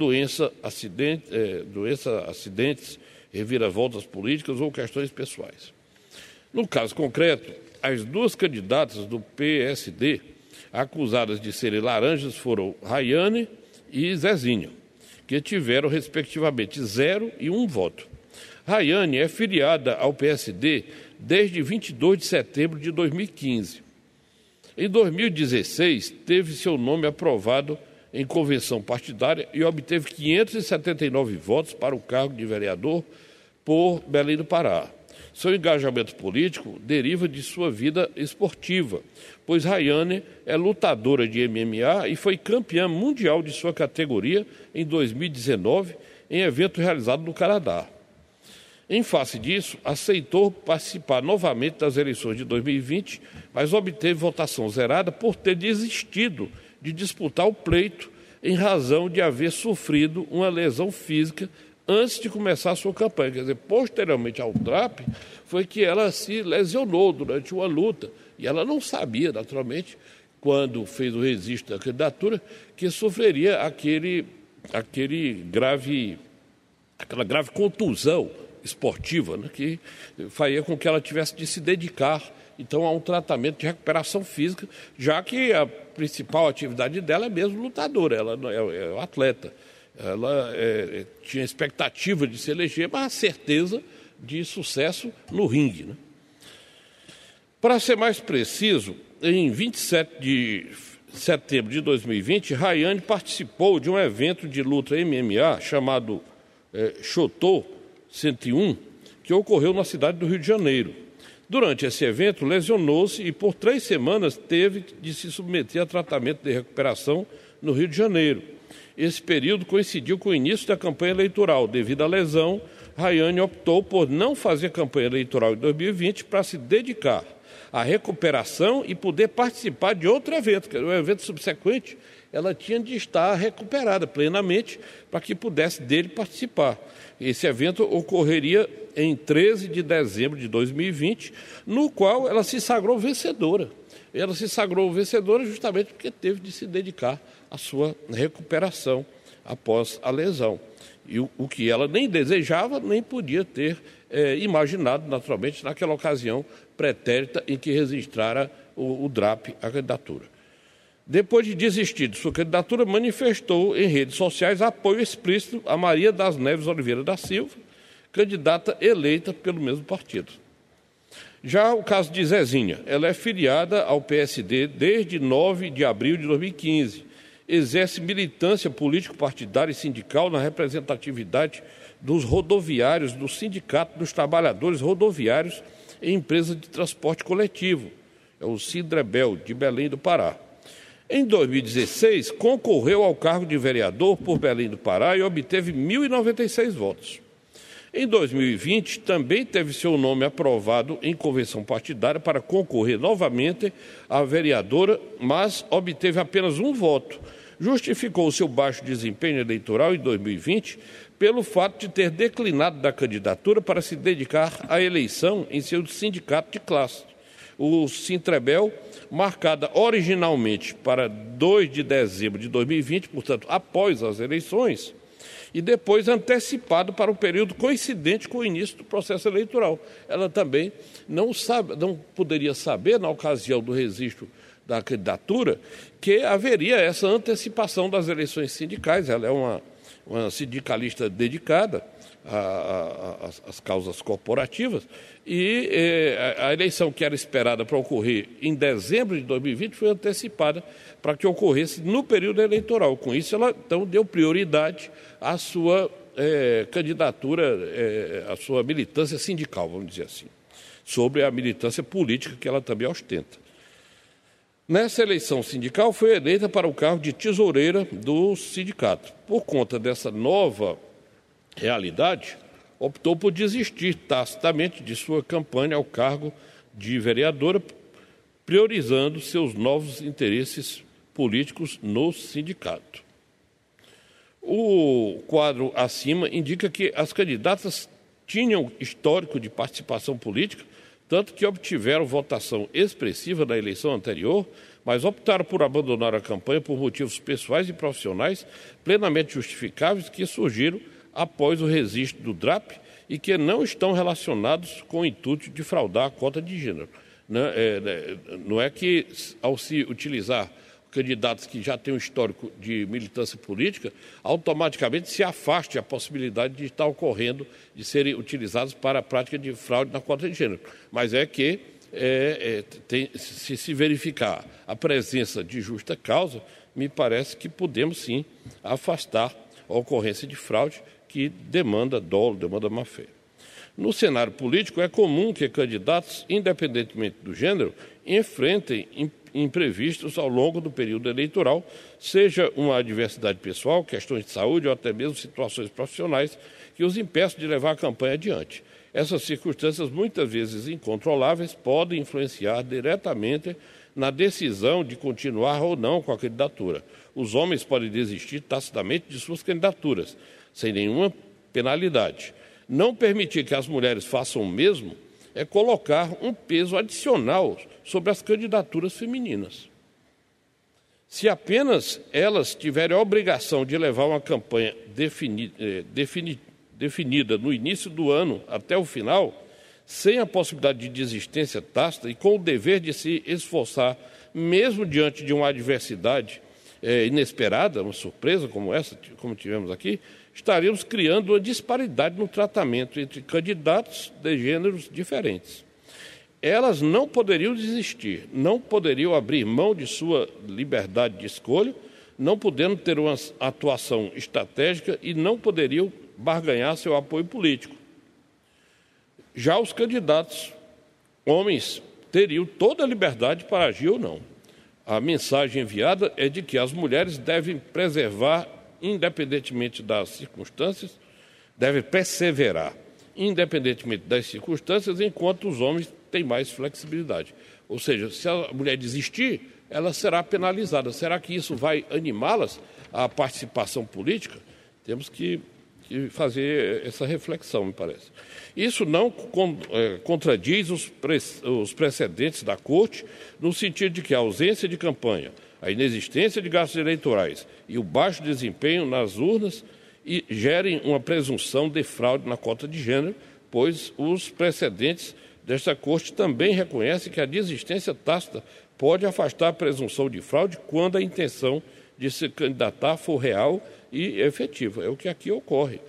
acidentes, reviravoltas políticas ou questões pessoais. No caso concreto, as duas candidatas do PSD acusadas de serem laranjas foram Rayane e Zezinha, que tiveram, respectivamente, 0 e 1 voto. Rayane é filiada ao PSD desde 22 de setembro de 2015. Em 2016, teve seu nome aprovado em convenção partidária e obteve 579 votos para o cargo de vereador por Belém do Pará. Seu engajamento político deriva de sua vida esportiva, pois Rayane é lutadora de MMA e foi campeã mundial de sua categoria em 2019, em evento realizado no Canadá. Em face disso, aceitou participar novamente das eleições de 2020, mas obteve votação zerada por ter desistido de disputar o pleito em razão de haver sofrido uma lesão física antes de começar a sua campanha. Quer dizer, posteriormente ao DRAP, foi que ela se lesionou durante uma luta. E ela não sabia, naturalmente, quando fez o registro da candidatura, que sofreria aquela grave contusão esportiva, né, que faria com que ela tivesse de se dedicar, então, a um tratamento de recuperação física, já que a principal atividade dela é mesmo lutadora, ela é atleta. Ela tinha expectativa de se eleger, mas a certeza de sucesso no ringue, né? Para ser mais preciso, em 27 de setembro de 2020, Rayane participou de um evento de luta MMA chamado Chotô 101, que ocorreu na cidade do Rio de Janeiro. Durante esse evento, lesionou-se e, por 3 semanas, teve de se submeter a tratamento de recuperação no Rio de Janeiro. Esse período coincidiu com o início da campanha eleitoral. Devido à lesão, Rayane optou por não fazer campanha eleitoral em 2020 para se dedicar à recuperação e poder participar de outro evento, que era um evento subsequente. Ela tinha de estar recuperada plenamente para que pudesse dele participar. Esse evento ocorreria em 13 de dezembro de 2020, no qual ela se sagrou vencedora. Ela se sagrou vencedora justamente porque teve de se dedicar à sua recuperação após a lesão. E o que ela nem desejava, nem podia ter imaginado, naturalmente, naquela ocasião pretérita em que registrara o DRAP a candidatura. Depois de desistir de sua candidatura, manifestou em redes sociais apoio explícito a Maria das Neves Oliveira da Silva, candidata eleita pelo mesmo partido. Já o caso de Zezinha, ela é filiada ao PSD desde 9 de abril de 2015. Exerce militância político-partidária e sindical na representatividade dos rodoviários, do Sindicato dos Trabalhadores Rodoviários em Empresas de Transporte Coletivo, é o Sindrebel, de Belém do Pará. Em 2016, concorreu ao cargo de vereador por Belém do Pará e obteve 1.096 votos. Em 2020, também teve seu nome aprovado em convenção partidária para concorrer novamente à vereadora, mas obteve apenas 1 voto. Justificou seu baixo desempenho eleitoral em 2020 pelo fato de ter declinado da candidatura para se dedicar à eleição em seu sindicato de classe, o Sintrebel, marcada originalmente para 2 de dezembro de 2020, portanto, após as eleições, e depois antecipado para um período coincidente com o início do processo eleitoral. Ela também não poderia saber, na ocasião do registro da candidatura, que haveria essa antecipação das eleições sindicais. Ela é uma sindicalista dedicada às causas corporativas e a eleição que era esperada para ocorrer em dezembro de 2020 foi antecipada para que ocorresse no período eleitoral. Com isso, ela então deu prioridade à sua candidatura, à sua militância sindical, vamos dizer assim, sobre a militância política que ela também ostenta. Nessa eleição sindical, foi eleita para o cargo de tesoureira do sindicato. Por conta dessa nova realidade, optou por desistir tacitamente de sua campanha ao cargo de vereadora, priorizando seus novos interesses políticos no sindicato. O quadro acima indica que as candidatas tinham histórico de participação política, tanto que obtiveram votação expressiva na eleição anterior, mas optaram por abandonar a campanha por motivos pessoais e profissionais plenamente justificáveis que surgiram após o registro do DRAP e que não estão relacionados com o intuito de fraudar a cota de gênero. Não é que, ao se utilizar candidatos que já têm um histórico de militância política, automaticamente se afaste a possibilidade de estar ocorrendo, de serem utilizados para a prática de fraude na cota de gênero. Mas é que, se verificar a presença de justa causa, me parece que podemos sim afastar a ocorrência de fraude que demanda dolo, demanda má-fé. No cenário político, é comum que candidatos, independentemente do gênero, enfrentem imprevistos ao longo do período eleitoral, seja uma adversidade pessoal, questões de saúde ou até mesmo situações profissionais que os impeçam de levar a campanha adiante. Essas circunstâncias, muitas vezes incontroláveis, podem influenciar diretamente na decisão de continuar ou não com a candidatura. Os homens podem desistir tacitamente de suas candidaturas, sem nenhuma penalidade. Não permitir que as mulheres façam o mesmo é colocar um peso adicional sobre as candidaturas femininas. Se apenas elas tiverem a obrigação de levar uma campanha definida no início do ano até o final, sem a possibilidade de desistência tácita e com o dever de se esforçar, mesmo diante de uma adversidade inesperada, uma surpresa como essa, como tivemos aqui, estaríamos criando uma disparidade no tratamento entre candidatos de gêneros diferentes. Elas não poderiam desistir, não poderiam abrir mão de sua liberdade de escolha, não podendo ter uma atuação estratégica e não poderiam barganhar seu apoio político. Já os candidatos, homens, teriam toda a liberdade para agir ou não. A mensagem enviada é de que as mulheres devem preservar, independentemente das circunstâncias, devem perseverar, independentemente das circunstâncias, enquanto os homens têm mais flexibilidade. Ou seja, se a mulher desistir, ela será penalizada. Será que isso vai animá-las à participação política? Temos que fazer essa reflexão, me parece. Isso não contradiz os precedentes da Corte, no sentido de que a ausência de campanha, a inexistência de gastos eleitorais e o baixo desempenho nas urnas gerem uma presunção de fraude na cota de gênero, pois os precedentes desta Corte também reconhecem que a desistência tácita pode afastar a presunção de fraude quando a intenção de se candidatar for real e efetiva. É o que aqui ocorre.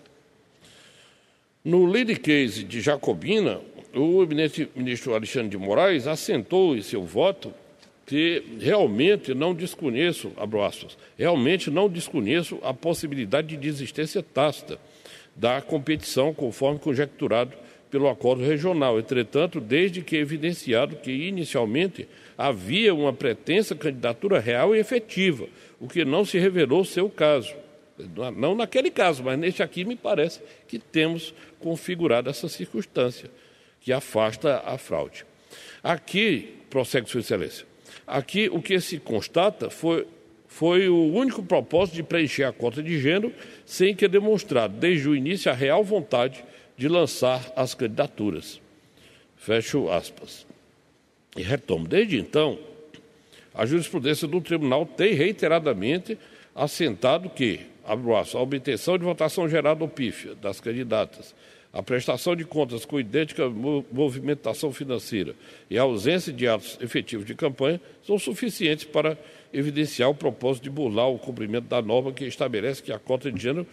No lead case de Jacobina, o eminente ministro Alexandre de Moraes assentou em seu voto que realmente não desconheço, abro aspas, realmente não desconheço a possibilidade de desistência tácita da competição, conforme conjecturado pelo acordo regional. Entretanto, desde que evidenciado que inicialmente havia uma pretensa candidatura real e efetiva, o que não se revelou seu caso. Não naquele caso, mas neste aqui me parece que temos configurado essa circunstância que afasta a fraude. Aqui, prossegue Sua Excelência, aqui o que se constata foi o único propósito de preencher a cota de gênero, sem que demonstrado desde o início a real vontade de lançar as candidaturas. Fecho aspas. E retomo. Desde então, a jurisprudência do Tribunal tem reiteradamente assentado que, abro aspas, a obtenção de votação gerada ou pífia das candidatas, a prestação de contas com idêntica movimentação financeira e a ausência de atos efetivos de campanha são suficientes para evidenciar o propósito de burlar o cumprimento da norma que estabelece que a cota de gênero,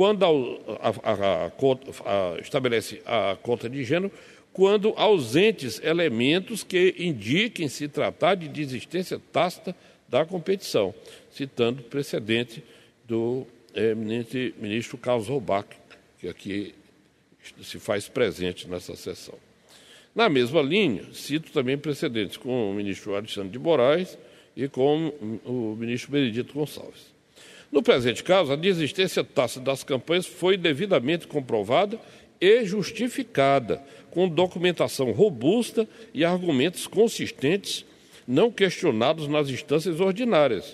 estabelece a cota de gênero, quando ausentes elementos que indiquem se tratar de desistência tácita da competição, citando o precedente do eminente ministro Carlos Robac, que aqui se faz presente nessa sessão. Na mesma linha, cito também precedentes com o ministro Alexandre de Moraes e com o ministro Benedito Gonçalves. No presente caso, a desistência tácita das campanhas foi devidamente comprovada e justificada, com documentação robusta e argumentos consistentes, não questionados nas instâncias ordinárias,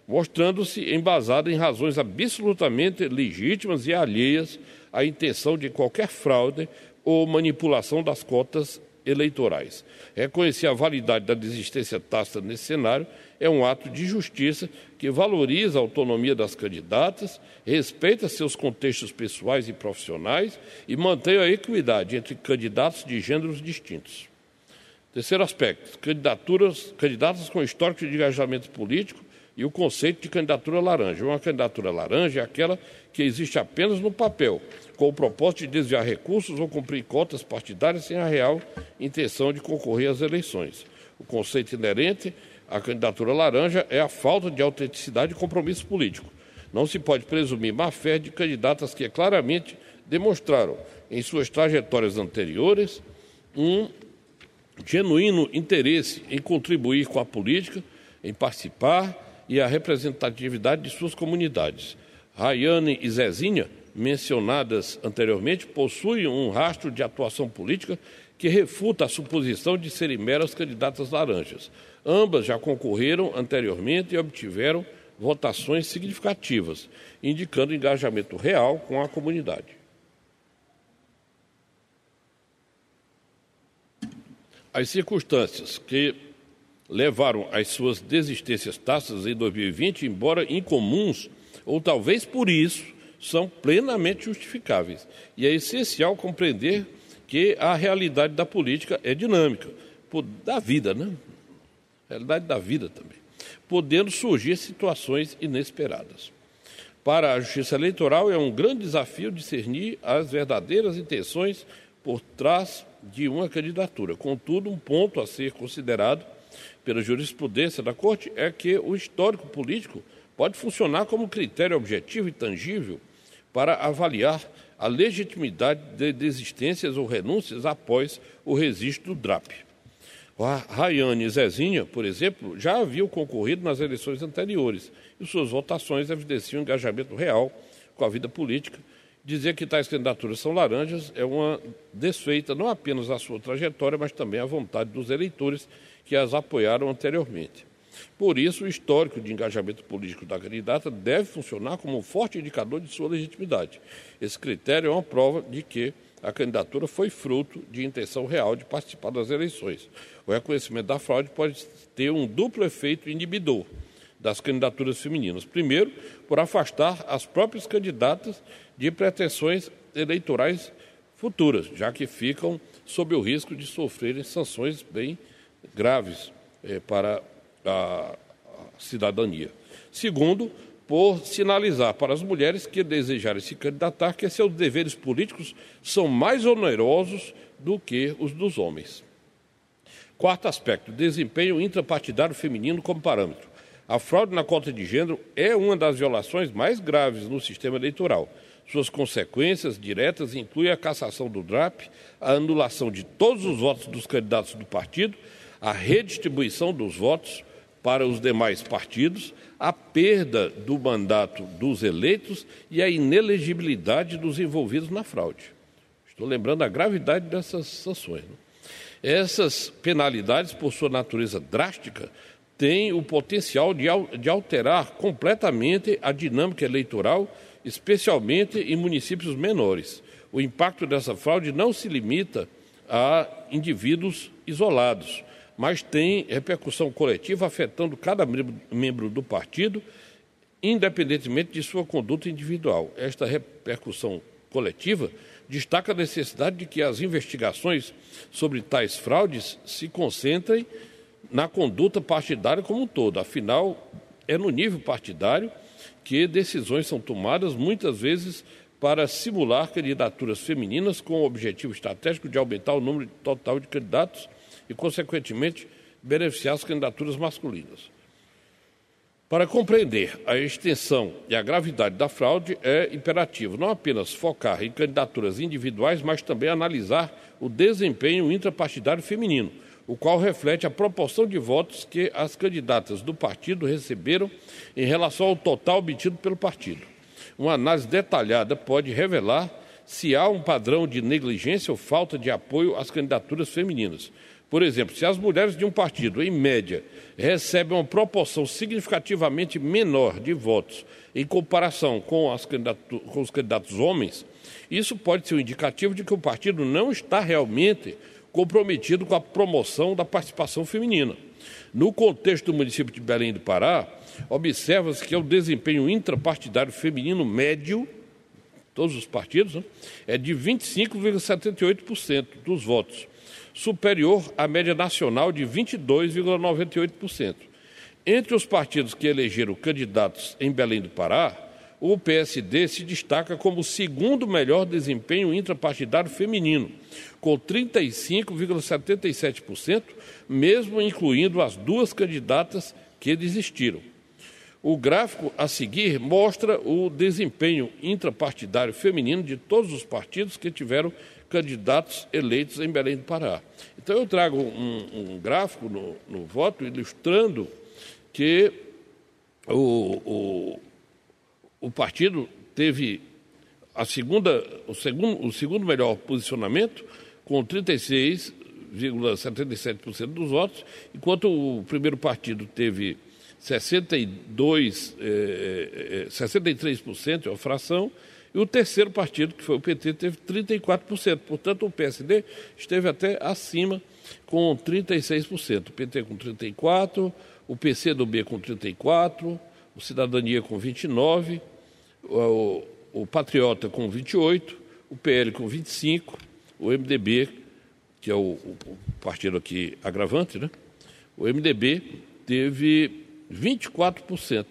mostrando-se embasada em razões absolutamente legítimas e alheias à intenção de qualquer fraude ou manipulação das cotas eleitorais. Reconhecer a validade da desistência tácita nesse cenário é um ato de justiça que valoriza a autonomia das candidatas, respeita seus contextos pessoais e profissionais e mantém a equidade entre candidatos de gêneros distintos. Terceiro aspecto, candidatas com histórico de engajamento político e o conceito de candidatura laranja. Uma candidatura laranja é aquela que existe apenas no papel, com o propósito de desviar recursos ou cumprir cotas partidárias sem a real intenção de concorrer às eleições. O conceito inerente à candidatura laranja é a falta de autenticidade e compromisso político. Não se pode presumir má-fé de candidatas que claramente demonstraram, em suas trajetórias anteriores, um genuíno interesse em contribuir com a política, em participar e a representatividade de suas comunidades. Rayane e Zezinha, mencionadas anteriormente, possuem um rastro de atuação política que refuta a suposição de serem meras candidatas laranjas. Ambas já concorreram anteriormente e obtiveram votações significativas, indicando engajamento real com a comunidade. As circunstâncias que levaram às suas desistências tácitas em 2020, embora incomuns, ou talvez por isso, são plenamente justificáveis. E é essencial compreender que a realidade da política é dinâmica, da vida, né? A realidade da vida também, podendo surgir situações inesperadas. Para a Justiça Eleitoral, é um grande desafio discernir as verdadeiras intenções por trás de uma candidatura. Contudo, um ponto a ser considerado pela jurisprudência da Corte é que o histórico político pode funcionar como critério objetivo e tangível para avaliar a legitimidade de desistências ou renúncias após o registro do DRAP. Rayane e Zezinha, por exemplo, já haviam concorrido nas eleições anteriores e suas votações evidenciam um engajamento real com a vida política. Dizer que tais candidaturas são laranjas é uma desfeita não apenas à sua trajetória, mas também à vontade dos eleitores que as apoiaram anteriormente. Por isso, o histórico de engajamento político da candidata deve funcionar como um forte indicador de sua legitimidade. Esse critério é uma prova de que a candidatura foi fruto de intenção real de participar das eleições. O reconhecimento da fraude pode ter um duplo efeito inibidor das candidaturas femininas. Primeiro, por afastar as próprias candidatas de pretensões eleitorais futuras, já que ficam sob o risco de sofrerem sanções bem graves para a cidadania. Segundo, por sinalizar para as mulheres que desejarem se candidatar que seus deveres políticos são mais onerosos do que os dos homens. Quarto aspecto, desempenho intrapartidário feminino como parâmetro. A fraude na cota de gênero é uma das violações mais graves no sistema eleitoral. Suas consequências diretas incluem a cassação do DRAP, a anulação de todos os votos dos candidatos do partido, a redistribuição dos votos para os demais partidos, a perda do mandato dos eleitos e a inelegibilidade dos envolvidos na fraude. Estou lembrando a gravidade dessas sanções. Essas penalidades, por sua natureza drástica, têm o potencial de alterar completamente a dinâmica eleitoral, especialmente em municípios menores. O impacto dessa fraude não se limita a indivíduos isolados, mas tem repercussão coletiva afetando cada membro do partido, independentemente de sua conduta individual. Esta repercussão coletiva destaca a necessidade de que as investigações sobre tais fraudes se concentrem na conduta partidária como um todo. Afinal, é no nível partidário que decisões são tomadas, muitas vezes para simular candidaturas femininas com o objetivo estratégico de aumentar o número total de candidatos e, consequentemente, beneficiar as candidaturas masculinas. Para compreender a extensão e a gravidade da fraude, é imperativo não apenas focar em candidaturas individuais, mas também analisar o desempenho intrapartidário feminino, o qual reflete a proporção de votos que as candidatas do partido receberam em relação ao total obtido pelo partido. Uma análise detalhada pode revelar se há um padrão de negligência ou falta de apoio às candidaturas femininas. Por exemplo, se as mulheres de um partido, em média, recebem uma proporção significativamente menor de votos em comparação com os candidatos homens, isso pode ser um indicativo de que o partido não está realmente comprometido com a promoção da participação feminina. No contexto do município de Belém do Pará, observa-se que o desempenho intrapartidário feminino médio, todos os partidos, né, é de 25,78% dos votos, superior à média nacional de 22,98%. Entre os partidos que elegeram candidatos em Belém do Pará, o PSD se destaca como o segundo melhor desempenho intrapartidário feminino, com 35,77%, mesmo incluindo as duas candidatas que desistiram. O gráfico a seguir mostra o desempenho intrapartidário feminino de todos os partidos que tiveram candidatos eleitos em Belém do Pará. Então, eu trago um gráfico no voto ilustrando que o partido teve o segundo melhor posicionamento, com 36,77% dos votos, enquanto o primeiro partido teve 63%, é uma fração, e o terceiro partido, que foi o PT, teve 34%. Portanto, o PSD esteve até acima, com 36%. O PT com 34%, o PCdoB com 34%, o Cidadania com 29%, o Patriota com 28%, o PL com 25%, o MDB, que é o partido aqui agravante, né? O MDB teve 24%,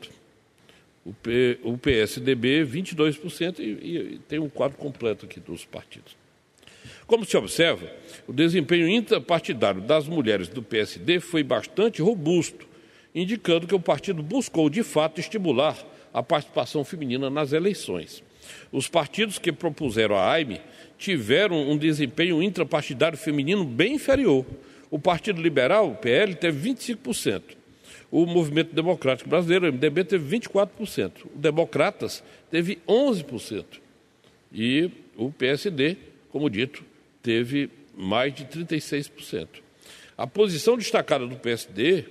o PSDB 22% e tem um quadro completo aqui dos partidos. Como se observa, o desempenho intrapartidário das mulheres do PSD foi bastante robusto, indicando que o partido buscou, de fato, estimular a participação feminina nas eleições. Os partidos que propuseram a AIME tiveram um desempenho intrapartidário feminino bem inferior. O Partido Liberal, o PL, teve 25%. O Movimento Democrático Brasileiro, o MDB, teve 24%. O Democratas teve 11%. E o PSD, como dito, teve mais de 36%. A posição destacada do PSD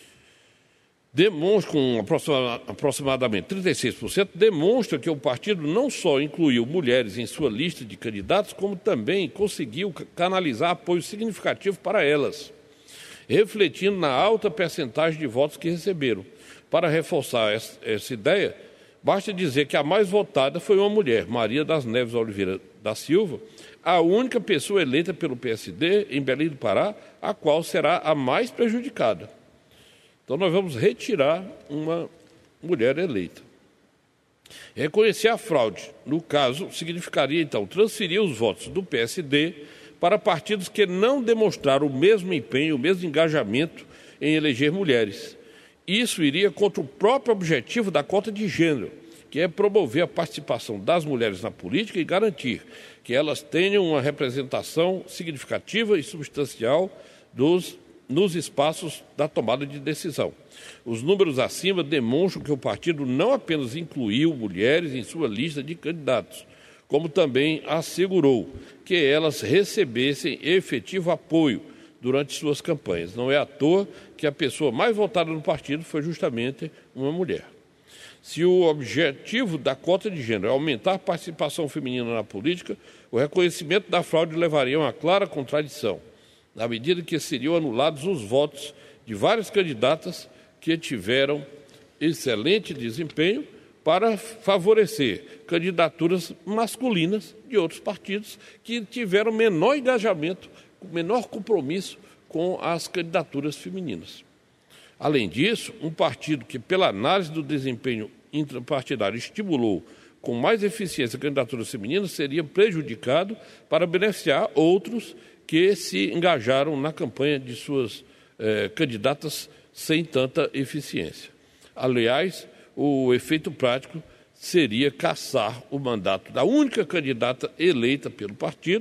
demonstra, com aproximadamente 36%, demonstra que o partido não só incluiu mulheres em sua lista de candidatos, como também conseguiu canalizar apoio significativo para elas, refletindo na alta percentagem de votos que receberam. Para reforçar essa ideia, basta dizer que a mais votada foi uma mulher, Maria das Neves Oliveira da Silva, a única pessoa eleita pelo PSD em Belém do Pará, a qual será a mais prejudicada. Então, nós vamos retirar uma mulher eleita. Reconhecer a fraude, no caso, significaria, então, transferir os votos do PSD para partidos que não demonstraram o mesmo empenho, o mesmo engajamento em eleger mulheres. Isso iria contra o próprio objetivo da cota de gênero, que é promover a participação das mulheres na política e garantir que elas tenham uma representação significativa e substancial nos espaços da tomada de decisão. Os números acima demonstram que o partido não apenas incluiu mulheres em sua lista de candidatos, como também assegurou que elas recebessem efetivo apoio durante suas campanhas. Não é à toa que a pessoa mais votada no partido foi justamente uma mulher. Se o objetivo da cota de gênero é aumentar a participação feminina na política, o reconhecimento da fraude levaria a uma clara contradição, na medida que seriam anulados os votos de várias candidatas que tiveram excelente desempenho para favorecer candidaturas masculinas de outros partidos que tiveram menor engajamento, menor compromisso com as candidaturas femininas. Além disso, um partido que, pela análise do desempenho intrapartidário, estimulou com mais eficiência candidaturas femininas, seria prejudicado para beneficiar outros que se engajaram na campanha de suas candidatas sem tanta eficiência. Aliás, o efeito prático seria cassar o mandato da única candidata eleita pelo partido,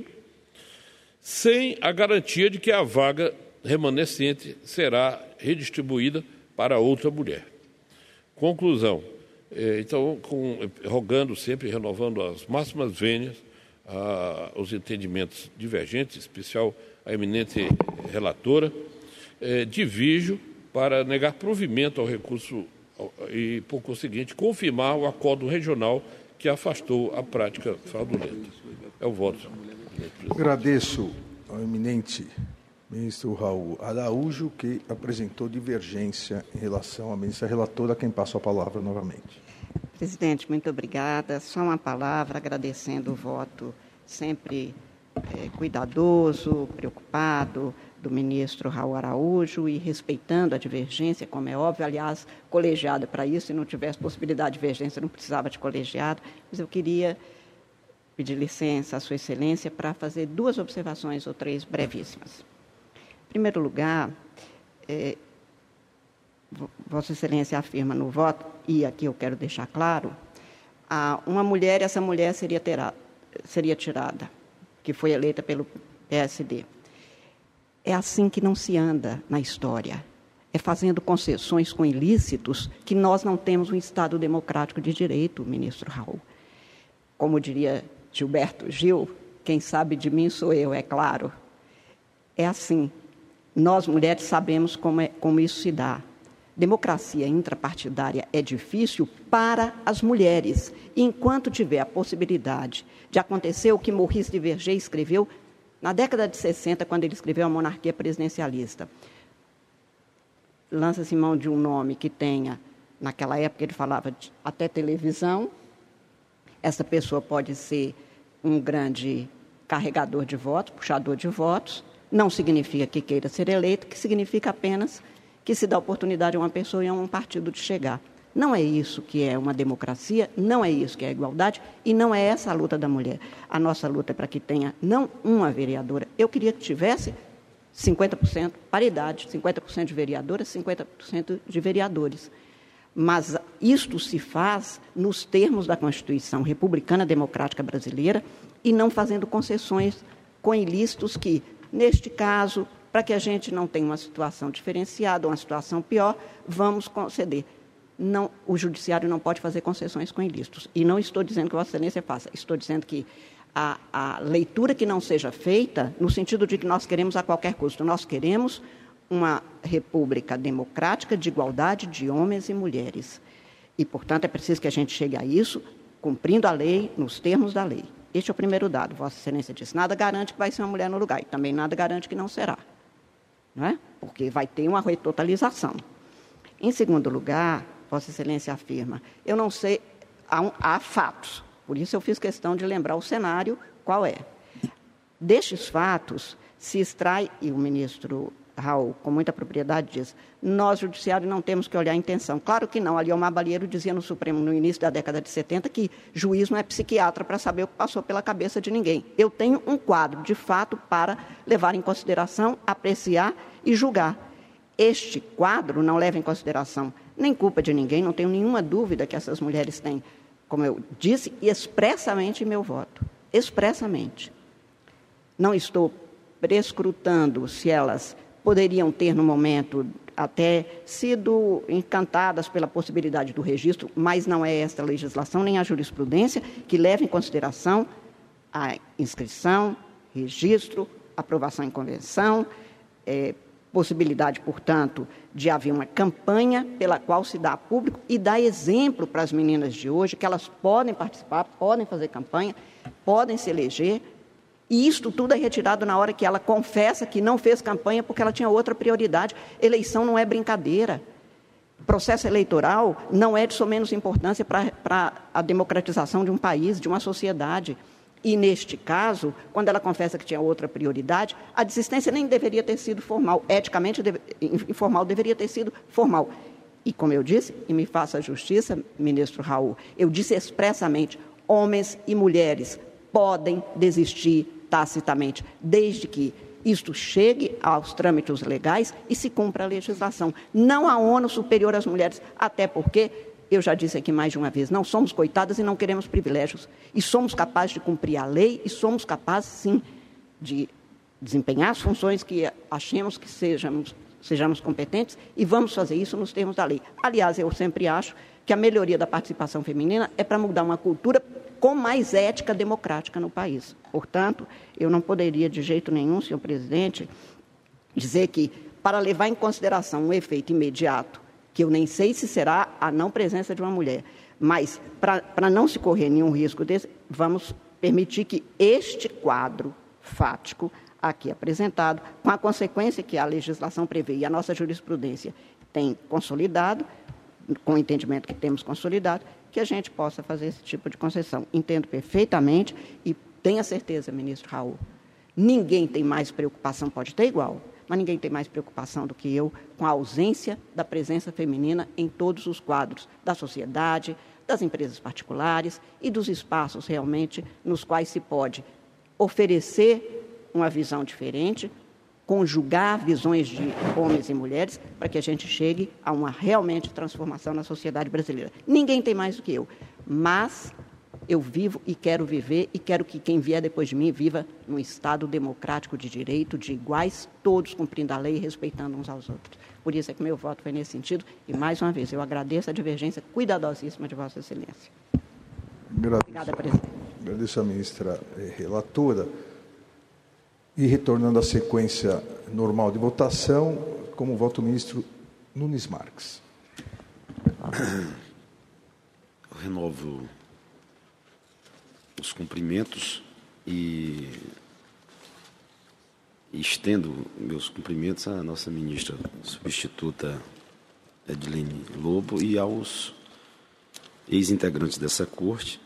sem a garantia de que a vaga remanescente será redistribuída para outra mulher. Conclusão. Então, rogando sempre, renovando as máximas vênias, os entendimentos divergentes, em especial a eminente relatora, divirjo para negar provimento ao recurso e, por conseguinte, confirmar o acordo regional que afastou a prática fraudulenta. É o voto. Agradeço ao eminente ministro Raul Araújo, que apresentou divergência em relação à ministra relatora, a quem passo a palavra novamente. Presidente, muito obrigada. Só uma palavra, agradecendo o voto sempre cuidadoso, preocupado do ministro Raul Araújo e respeitando a divergência, como é óbvio, aliás, colegiado para isso, se não tivesse possibilidade de divergência, não precisava de colegiado, mas eu queria pedir licença à Sua Excelência para fazer 2 observações ou 3 brevíssimas. Em primeiro lugar, Vossa Excelência afirma no voto, e aqui eu quero deixar claro, uma mulher, essa mulher seria tirada, que foi eleita pelo PSD. É assim que não se anda na história. É fazendo concessões com ilícitos que nós não temos um Estado democrático de direito, ministro Raul. Como diria Gilberto Gil, quem sabe de mim sou eu, é claro. É assim. Nós, mulheres, sabemos como isso se dá. Democracia intrapartidária é difícil para as mulheres. E enquanto tiver a possibilidade de acontecer o que Maurice de Verger escreveu na década de 60, quando ele escreveu A Monarquia Presidencialista, lança-se mão de um nome que tenha, naquela época ele falava de até televisão, essa pessoa pode ser um grande carregador de votos, puxador de votos, não significa que queira ser eleito, que significa apenas que se dá oportunidade a uma pessoa e a um partido de chegar. Não é isso que é uma democracia, não é isso que é a igualdade e não é essa a luta da mulher. A nossa luta é para que tenha não uma vereadora. Eu queria que tivesse 50%, paridade, 50% de vereadoras, 50% de vereadores. Mas isto se faz nos termos da Constituição Republicana Democrática Brasileira e não fazendo concessões com ilícitos que, neste caso, para que a gente não tenha uma situação diferenciada, uma situação pior, vamos conceder. Não, o judiciário não pode fazer concessões com ilícitos. E não estou dizendo que Vossa Excelência faça, estou dizendo que a leitura que não seja feita no sentido de que nós queremos a qualquer custo. Nós queremos uma república democrática de igualdade de homens e mulheres. E, portanto, é preciso que a gente chegue a isso cumprindo a lei, nos termos da lei. Este é o primeiro dado. Vossa Excelência disse, nada garante que vai ser uma mulher no lugar. E também nada garante que não será. Não é? Porque vai ter uma retotalização. Em segundo lugar, Vossa Excelência afirma, eu não sei, há fatos, por isso eu fiz questão de lembrar o cenário qual é. Destes fatos se extrai, e o ministro Raul, com muita propriedade, diz, nós, judiciário, não temos que olhar a intenção. Claro que não, Aliomar Balheiro dizia no Supremo, no início da década de 70, que juiz não é psiquiatra para saber o que passou pela cabeça de ninguém. Eu tenho um quadro, de fato, para levar em consideração, apreciar e julgar. Este quadro não leva em consideração nem culpa de ninguém, não tenho nenhuma dúvida que essas mulheres têm, como eu disse, expressamente meu voto. Expressamente. Não estou prescrutando se elas poderiam ter, no momento, até sido encantadas pela possibilidade do registro, mas não é esta legislação, nem a jurisprudência, que leva em consideração a inscrição, registro, aprovação em convenção, possibilidade, portanto, de haver uma campanha pela qual se dá a público e dá exemplo para as meninas de hoje, que elas podem participar, podem fazer campanha, podem se eleger, e isto tudo é retirado na hora que ela confessa que não fez campanha porque ela tinha outra prioridade. Eleição não é brincadeira. Processo eleitoral não é de somenos importância para a democratização de um país, de uma sociedade. E, neste caso, quando ela confessa que tinha outra prioridade, a desistência nem deveria ter sido formal. Eticamente, informal deveria ter sido formal. E, como eu disse, e me faça a justiça, ministro Raul, eu disse expressamente, homens e mulheres podem desistir tacitamente, desde que isto chegue aos trâmites legais e se cumpra a legislação. Não há ônus superior às mulheres, até porque, eu já disse aqui mais de uma vez, não somos coitadas e não queremos privilégios. E somos capazes de cumprir a lei e somos capazes, sim, de desempenhar as funções que achemos que sejamos competentes e vamos fazer isso nos termos da lei. Aliás, eu sempre acho que a melhoria da participação feminina é para mudar uma cultura com mais ética democrática no país. Portanto, eu não poderia de jeito nenhum, senhor presidente, dizer que, para levar em consideração um efeito imediato, que eu nem sei se será a não presença de uma mulher, mas para não se correr nenhum risco desse, vamos permitir que este quadro fático aqui apresentado, com a consequência que a legislação prevê e a nossa jurisprudência tem consolidado, com o entendimento que temos consolidado, que a gente possa fazer esse tipo de concessão. Entendo perfeitamente e tenha certeza, ministro Raul, ninguém tem mais preocupação, pode ter igual, mas ninguém tem mais preocupação do que eu com a ausência da presença feminina em todos os quadros da sociedade, das empresas particulares e dos espaços realmente nos quais se pode oferecer uma visão diferente, conjugar visões de homens e mulheres para que a gente chegue a uma realmente transformação na sociedade brasileira. Ninguém tem mais do que eu, mas eu vivo e quero viver e quero que quem vier depois de mim viva num Estado democrático de direito, de iguais, todos cumprindo a lei e respeitando uns aos outros. Por isso é que meu voto foi nesse sentido e, mais uma vez, eu agradeço a divergência cuidadosíssima de Vossa Excelência. Obrigada, presidente. Agradeço à ministra relatora. E retornando à sequência normal de votação, como voto o ministro Nunes Marques. Eu renovo os cumprimentos e estendo meus cumprimentos à nossa ministra substituta Edilene Lobo e aos ex-integrantes dessa corte,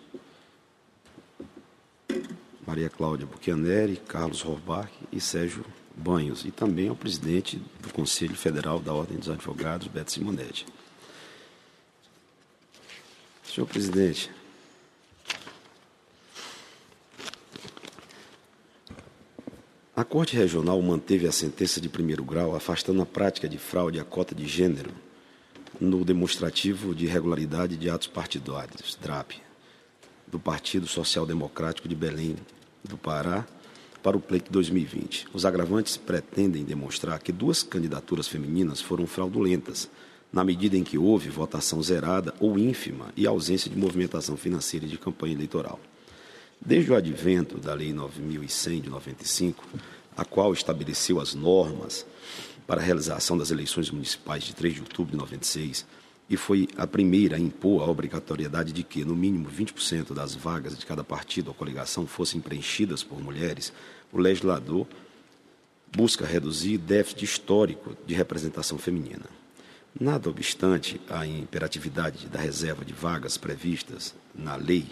Maria Cláudia Buchianeri, Carlos Horbach e Sérgio Banhos, e também ao presidente do Conselho Federal da Ordem dos Advogados, Beto Simonetti. Senhor presidente, a Corte Regional manteve a sentença de primeiro grau afastando a prática de fraude à cota de gênero no demonstrativo de irregularidade de atos partidários, DRAP, do Partido Social Democrático de Belém do Pará, para o pleito 2020. Os agravantes pretendem demonstrar que 2 candidaturas femininas foram fraudulentas, na medida em que houve votação zerada ou ínfima e ausência de movimentação financeira de campanha eleitoral. Desde o advento da Lei 9.100 de 95, a qual estabeleceu as normas para a realização das eleições municipais de 3 de outubro de 96, e foi a primeira a impor a obrigatoriedade de que, no mínimo, 20% das vagas de cada partido ou coligação fossem preenchidas por mulheres, o legislador busca reduzir déficit histórico de representação feminina. Nada obstante a imperatividade da reserva de vagas previstas na Lei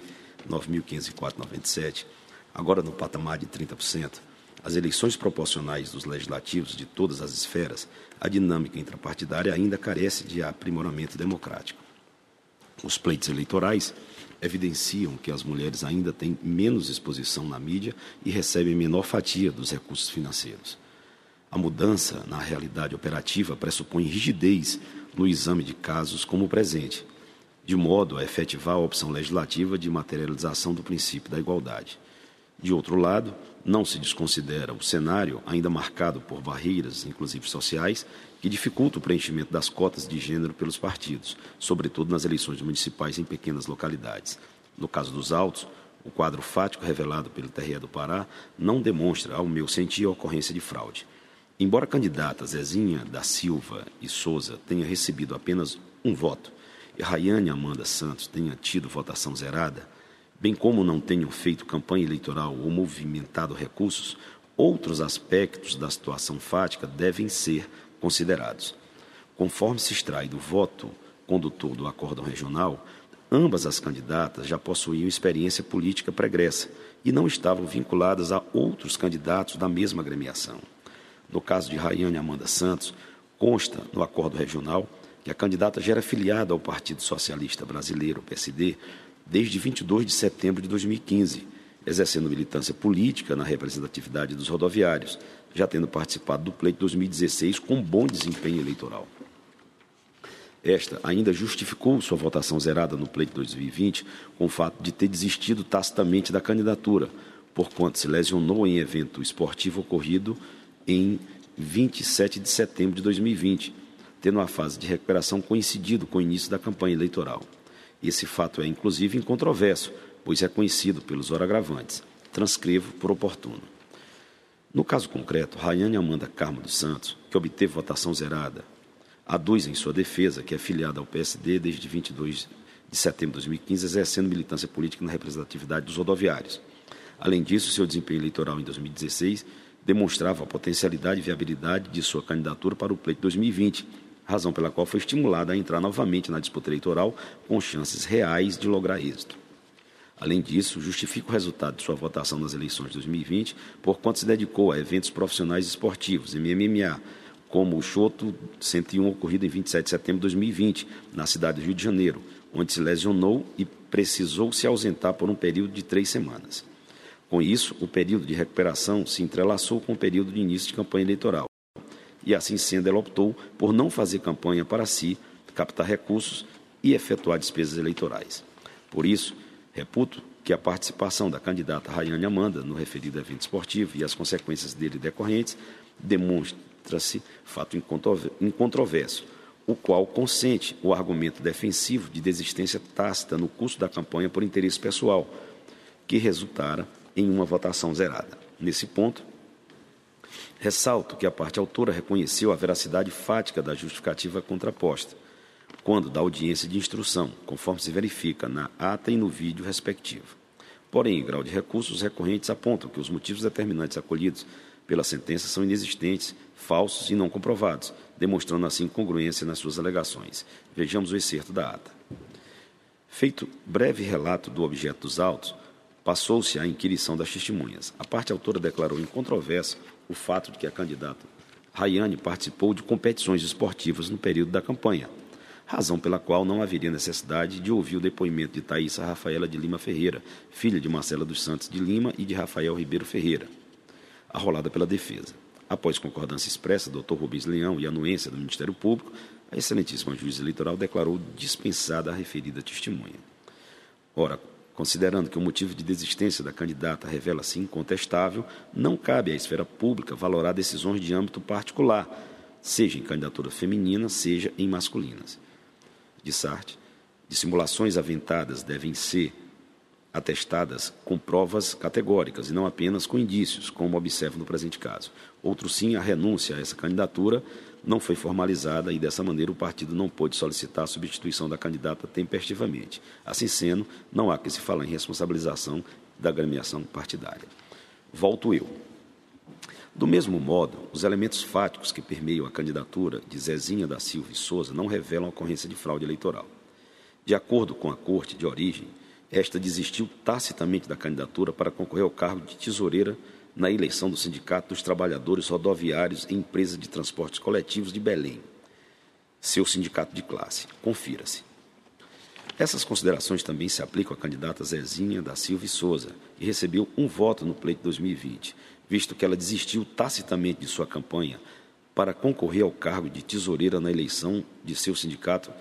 9.504/97, agora no patamar de 30%, as eleições proporcionais dos legislativos de todas as esferas, a dinâmica intrapartidária ainda carece de aprimoramento democrático. Os pleitos eleitorais evidenciam que as mulheres ainda têm menos exposição na mídia e recebem menor fatia dos recursos financeiros. A mudança na realidade operativa pressupõe rigidez no exame de casos como o presente, de modo a efetivar a opção legislativa de materialização do princípio da igualdade. De outro lado, não se desconsidera o cenário ainda marcado por barreiras, inclusive sociais, que dificultam o preenchimento das cotas de gênero pelos partidos, sobretudo nas eleições municipais em pequenas localidades. No caso dos autos, o quadro fático revelado pelo TRE do Pará não demonstra, ao meu sentir, a ocorrência de fraude. Embora a candidata Zezinha da Silva e Souza tenha recebido apenas um voto e Rayane Amanda Santos tenha tido votação zerada, bem como não tenham feito campanha eleitoral ou movimentado recursos, outros aspectos da situação fática devem ser considerados. Conforme se extrai do voto condutor do acórdão regional, ambas as candidatas já possuíam experiência política pregressa e não estavam vinculadas a outros candidatos da mesma agremiação. No caso de Rayane Amanda Santos, consta no acordo regional que a candidata já era filiada ao Partido Socialista Brasileiro, PSD, desde 22 de setembro de 2015, exercendo militância política na representatividade dos rodoviários, já tendo participado do pleito 2016 com bom desempenho eleitoral. Esta ainda justificou sua votação zerada no pleito 2020 com o fato de ter desistido tacitamente da candidatura, porquanto se lesionou em evento esportivo ocorrido em 27 de setembro de 2020, tendo a fase de recuperação coincidido com o início da campanha eleitoral. Esse fato é, inclusive, incontroverso, pois é conhecido pelos ora agravantes. Transcrevo por oportuno. No caso concreto, Rayane Amanda Carmo dos Santos, que obteve votação zerada, aduz em sua defesa que é filiada ao PSD desde 22 de setembro de 2015, exercendo militância política na representatividade dos rodoviários. Além disso, seu desempenho eleitoral em 2016 demonstrava a potencialidade e viabilidade de sua candidatura para o pleito 2020, razão pela qual foi estimulada a entrar novamente na disputa eleitoral com chances reais de lograr êxito. Além disso, justifica o resultado de sua votação nas eleições de 2020, porquanto se dedicou a eventos profissionais esportivos, MMA, como o Choto 101, ocorrido em 27 de setembro de 2020, na cidade do Rio de Janeiro, onde se lesionou e precisou se ausentar por um período de 3 semanas. Com isso, o período de recuperação se entrelaçou com o período de início de campanha eleitoral. E assim sendo, ela optou por não fazer campanha para si, captar recursos e efetuar despesas eleitorais. Por isso, reputo que a participação da candidata Rayane Amanda no referido evento esportivo e as consequências dele decorrentes demonstra-se fato incontroverso, o qual consente o argumento defensivo de desistência tácita no curso da campanha por interesse pessoal, que resultara em uma votação zerada. Nesse ponto, ressalto que a parte autora reconheceu a veracidade fática da justificativa contraposta, quando da audiência de instrução, conforme se verifica na ata e no vídeo respectivo. Porém, em grau de recurso, os recorrentes apontam que os motivos determinantes acolhidos pela sentença são inexistentes, falsos e não comprovados, demonstrando assim incongruência nas suas alegações. Vejamos o excerto da ata. Feito breve relato do objeto dos autos, passou-se à inquirição das testemunhas. A parte autora declarou incontroverso o fato de que a candidata Rayane participou de competições esportivas no período da campanha, razão pela qual não haveria necessidade de ouvir o depoimento de Thaísa Rafaela de Lima Ferreira, filha de Marcela dos Santos de Lima e de Rafael Ribeiro Ferreira, arrolada pela defesa. Após concordância expressa do Dr. Rubens Leão e anuência do Ministério Público, a excelentíssima juíza eleitoral declarou dispensada a referida testemunha. Ora, considerando que o motivo de desistência da candidata revela-se incontestável, não cabe à esfera pública valorar decisões de âmbito particular, seja em candidatura feminina, seja em masculinas. De Sarte, dissimulações aventadas devem ser atestadas com provas categóricas e não apenas com indícios, como observa no presente caso. Outro sim, a renúncia a essa candidatura não foi formalizada e, dessa maneira, o partido não pôde solicitar a substituição da candidata tempestivamente. Assim sendo, não há que se falar em responsabilização da agremiação partidária. Volto eu. Do mesmo modo, os elementos fáticos que permeiam a candidatura de Zezinha da Silva e Souza não revelam a ocorrência de fraude eleitoral. De acordo com a Corte de origem, esta desistiu tacitamente da candidatura para concorrer ao cargo de tesoureira na eleição do Sindicato dos Trabalhadores Rodoviários e Empresa de Transportes Coletivos de Belém, seu sindicato de classe. Confira-se. Essas considerações também se aplicam à candidata Zezinha da Silva e Souza, que recebeu um voto no pleito 2020, visto que ela desistiu tacitamente de sua campanha para concorrer ao cargo de tesoureira na eleição de seu sindicato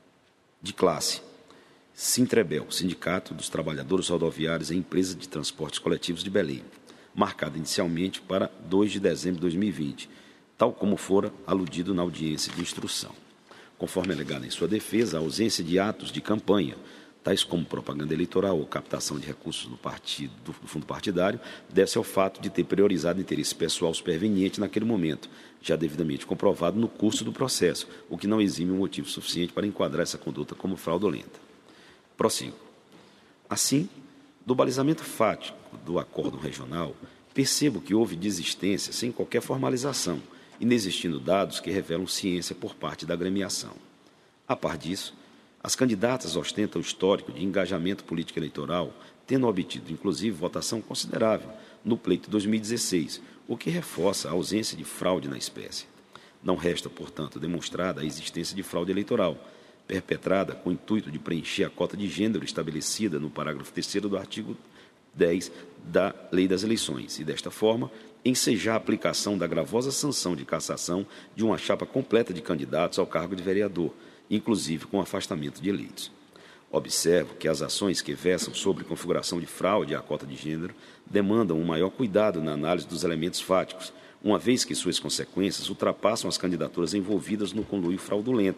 de classe, Sintrebel, Sindicato dos Trabalhadores Rodoviários e Empresa de Transportes Coletivos de Belém, marcada inicialmente para 2 de dezembro de 2020, tal como fora aludido na audiência de instrução. Conforme alegado em sua defesa, a ausência de atos de campanha, tais como propaganda eleitoral ou captação de recursos do fundo partidário, deve-se ao fato de ter priorizado o interesse pessoal superveniente naquele momento, já devidamente comprovado no curso do processo, o que não exime um motivo suficiente para enquadrar essa conduta como fraudulenta. Prossigo. Assim, do balizamento fático do acórdão regional, percebo que houve desistência sem qualquer formalização, inexistindo dados que revelam ciência por parte da agremiação. A par disso, as candidatas ostentam o histórico de engajamento político eleitoral, tendo obtido, inclusive, votação considerável no pleito 2016, o que reforça a ausência de fraude na espécie. Não resta, portanto, demonstrada a existência de fraude eleitoral, perpetrada com o intuito de preencher a cota de gênero estabelecida no parágrafo 3º do artigo 10 da Lei das Eleições, e, desta forma, ensejar a aplicação da gravosa sanção de cassação de uma chapa completa de candidatos ao cargo de vereador, inclusive com afastamento de eleitos. Observo que as ações que versam sobre configuração de fraude à cota de gênero demandam um maior cuidado na análise dos elementos fáticos, uma vez que suas consequências ultrapassam as candidaturas envolvidas no conluio fraudulento,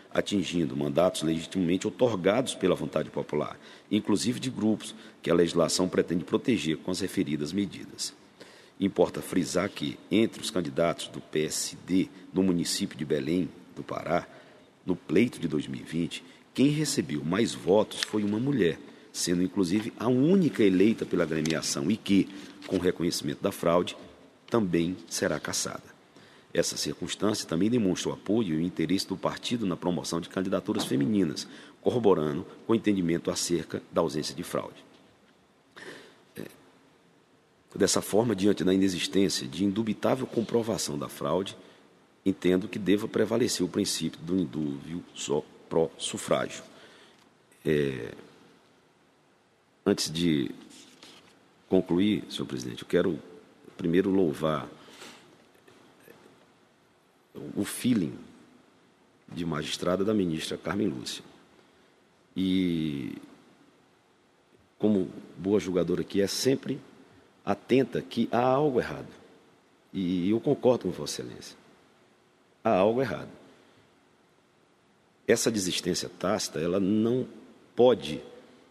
atingindo mandatos legitimamente otorgados pela vontade popular, inclusive de grupos que a legislação pretende proteger com as referidas medidas. Importa frisar que, entre os candidatos do PSD no município de Belém do Pará, no pleito de 2020, quem recebeu mais votos foi uma mulher, sendo inclusive a única eleita pela agremiação e que, com reconhecimento da fraude, também será cassada. Essa circunstância também demonstra o apoio e o interesse do partido na promoção de candidaturas femininas, corroborando com o entendimento acerca da ausência de fraude. Dessa forma, diante da inexistência de indubitável comprovação da fraude, entendo que deva prevalecer o princípio do indúbio pró sufrágio. Antes de concluir, senhor presidente, eu quero primeiro louvar o feeling de magistrada da ministra Carmen Lúcia. E, como boa julgadora que é, sempre atenta que há algo errado. E eu concordo com Vossa Excelência. Há algo errado. Essa desistência tácita, ela não pode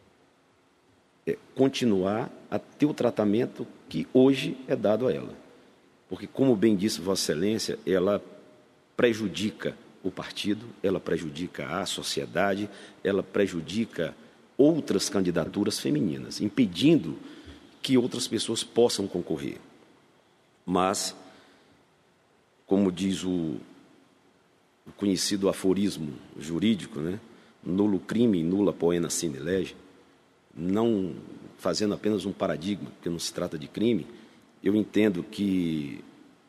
continuar a ter o tratamento que hoje é dado a ela. Porque, como bem disse Vossa Excelência, ela prejudica o partido, ela prejudica a sociedade, ela prejudica outras candidaturas femininas, impedindo que outras pessoas possam concorrer. Mas, como diz o conhecido aforismo jurídico, né? Nulo crime, nula poena sine lege, não fazendo apenas um paradigma, porque não se trata de crime, eu entendo que,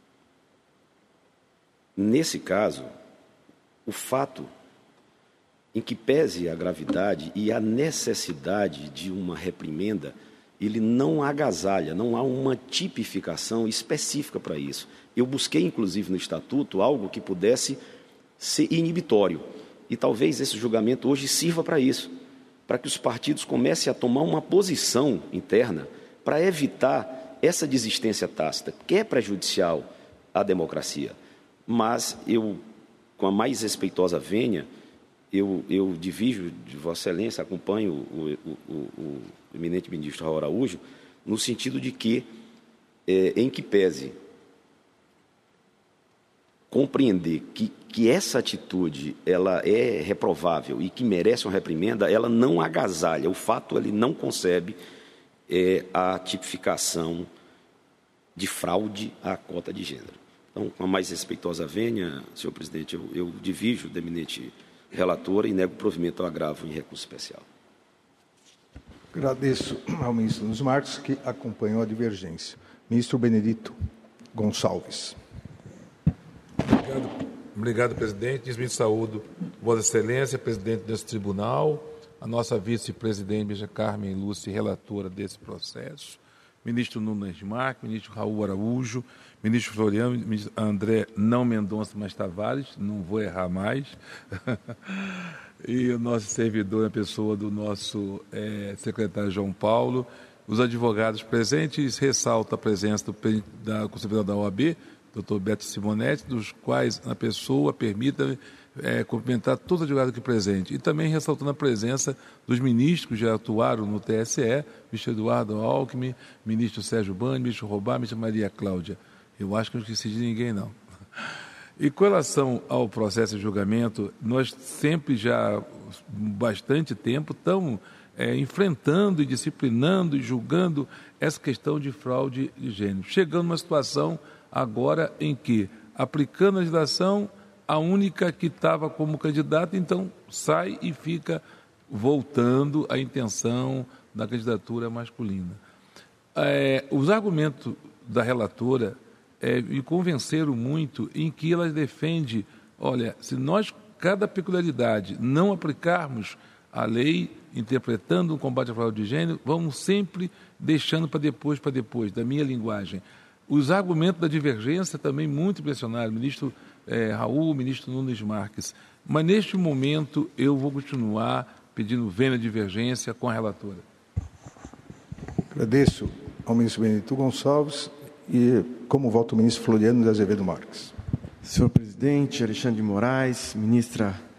nesse caso, o fato em que pese a gravidade e a necessidade de uma reprimenda, ele não agasalha, não há uma tipificação específica para isso. Eu busquei, inclusive, no Estatuto, algo que pudesse ser inibitório. E talvez esse julgamento hoje sirva para isso, para que os partidos comecem a tomar uma posição interna para evitar essa desistência tácita, que é prejudicial à democracia. Mas eu, com a mais respeitosa vênia, eu divido de Vossa Excelência, acompanho o eminente ministro Raul Araújo, no sentido de que, em que pese compreender que essa atitude ela é reprovável e que merece uma reprimenda, ela não agasalha. O fato, ele não concebe a tipificação de fraude à cota de gênero. Então, com a mais respeitosa vênia, senhor presidente, eu divido da eminente relatora e nego provimento ao agravo em recurso especial. Agradeço ao ministro Nunes Marques, que acompanhou a divergência. Ministro Benedito Gonçalves. Obrigado, presidente. Desde saúdo Vossa Excelência, presidente desse tribunal, a nossa vice-presidente Carmen Lúcia, relatora desse processo, ministro Nunes Marques, ministro Raul Araújo, ministro Floriano, ministro André não Mendonça, mas Tavares, não vou errar mais, e o nosso servidor, a pessoa do nosso secretário João Paulo, os advogados presentes, ressalta a presença do conselheiro da OAB, doutor Beto Simonetti, dos quais a pessoa permita cumprimentar todos os advogados aqui presentes. E também ressaltando a presença dos ministros que já atuaram no TSE, ministro Eduardo Alckmin, ministro Sérgio Bani, ministro Robá, ministra Maria Cláudia. Eu acho que não esqueci de ninguém, não. E com relação ao processo de julgamento, nós sempre já, há bastante tempo, estamos enfrentando e disciplinando e julgando essa questão de fraude de gênero. Chegando numa situação agora em que, aplicando a legislação, a única que estava como candidata, então sai e fica voltando à intenção da candidatura masculina. Os argumentos da relatora me convenceram muito em que ela defende, olha, se nós, cada peculiaridade, não aplicarmos a lei interpretando o combate à fraude de gênero, vamos sempre deixando para depois, da minha linguagem. Os argumentos da divergência também muito impressionaram, ministro Raul, ministro Nunes Marques. Mas, neste momento, eu vou continuar pedindo vênia de divergência com a relatora. Agradeço ao ministro Benedito Gonçalves e, como voto, o ministro Floriano de Azevedo Marques. Senhor presidente, Alexandre de Moraes, ministra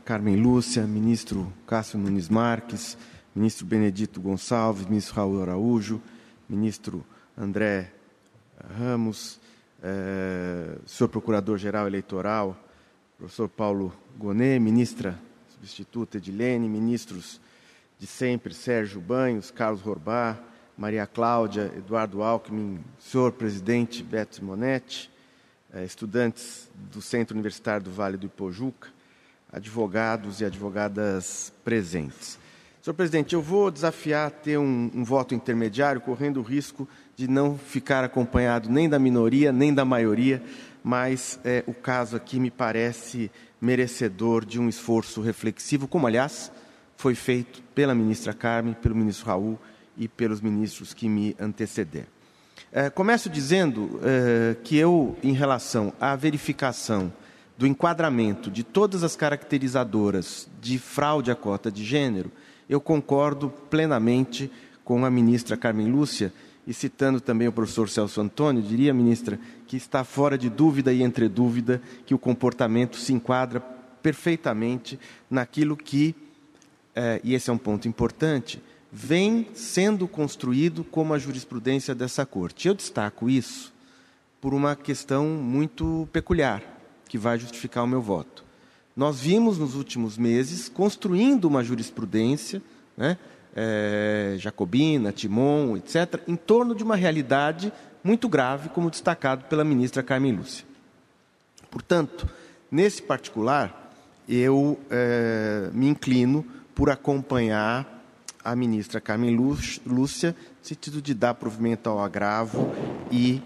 Carmen Lúcia, ministro Cássio Nunes Marques, ministro Benedito Gonçalves, ministro Raul Araújo, ministro André Ramos, senhor Procurador-Geral Eleitoral, professor Paulo Gonet, ministra substituta Edilene, ministros de sempre, Sérgio Banhos, Carlos Horbach, Maria Cláudia, Eduardo Alckmin, senhor presidente Beto Simonetti, estudantes do Centro Universitário do Vale do Ipojuca, advogados e advogadas presentes. Senhor presidente, eu vou desafiar a ter um voto intermediário, correndo o risco de não ficar acompanhado nem da minoria, nem da maioria, mas o caso aqui me parece merecedor de um esforço reflexivo, como, aliás, foi feito pela ministra Carmen, pelo ministro Raul e pelos ministros que me antecederam. Começo dizendo que eu, em relação à verificação do enquadramento de todas as caracterizadoras de fraude à cota de gênero, eu concordo plenamente com a ministra Carmen Lúcia, e citando também o professor Celso Antônio, diria, ministra, que está fora de dúvida e entre dúvida que o comportamento se enquadra perfeitamente naquilo que, e esse é um ponto importante, vem sendo construído como a jurisprudência dessa Corte. Eu destaco isso por uma questão muito peculiar, que vai justificar o meu voto. Nós vimos nos últimos meses construindo uma jurisprudência, né, Jacobina, Timon, etc., em torno de uma realidade muito grave, como destacado pela ministra Carmen Lúcia. Portanto, nesse particular, eu me inclino por acompanhar a ministra Carmen Lúcia, no sentido de dar provimento ao agravo e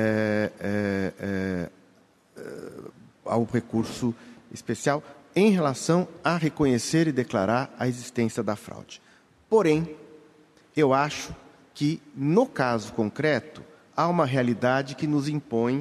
ao recurso especial em relação a reconhecer e declarar a existência da fraude. Porém, eu acho que, no caso concreto, há uma realidade que nos impõe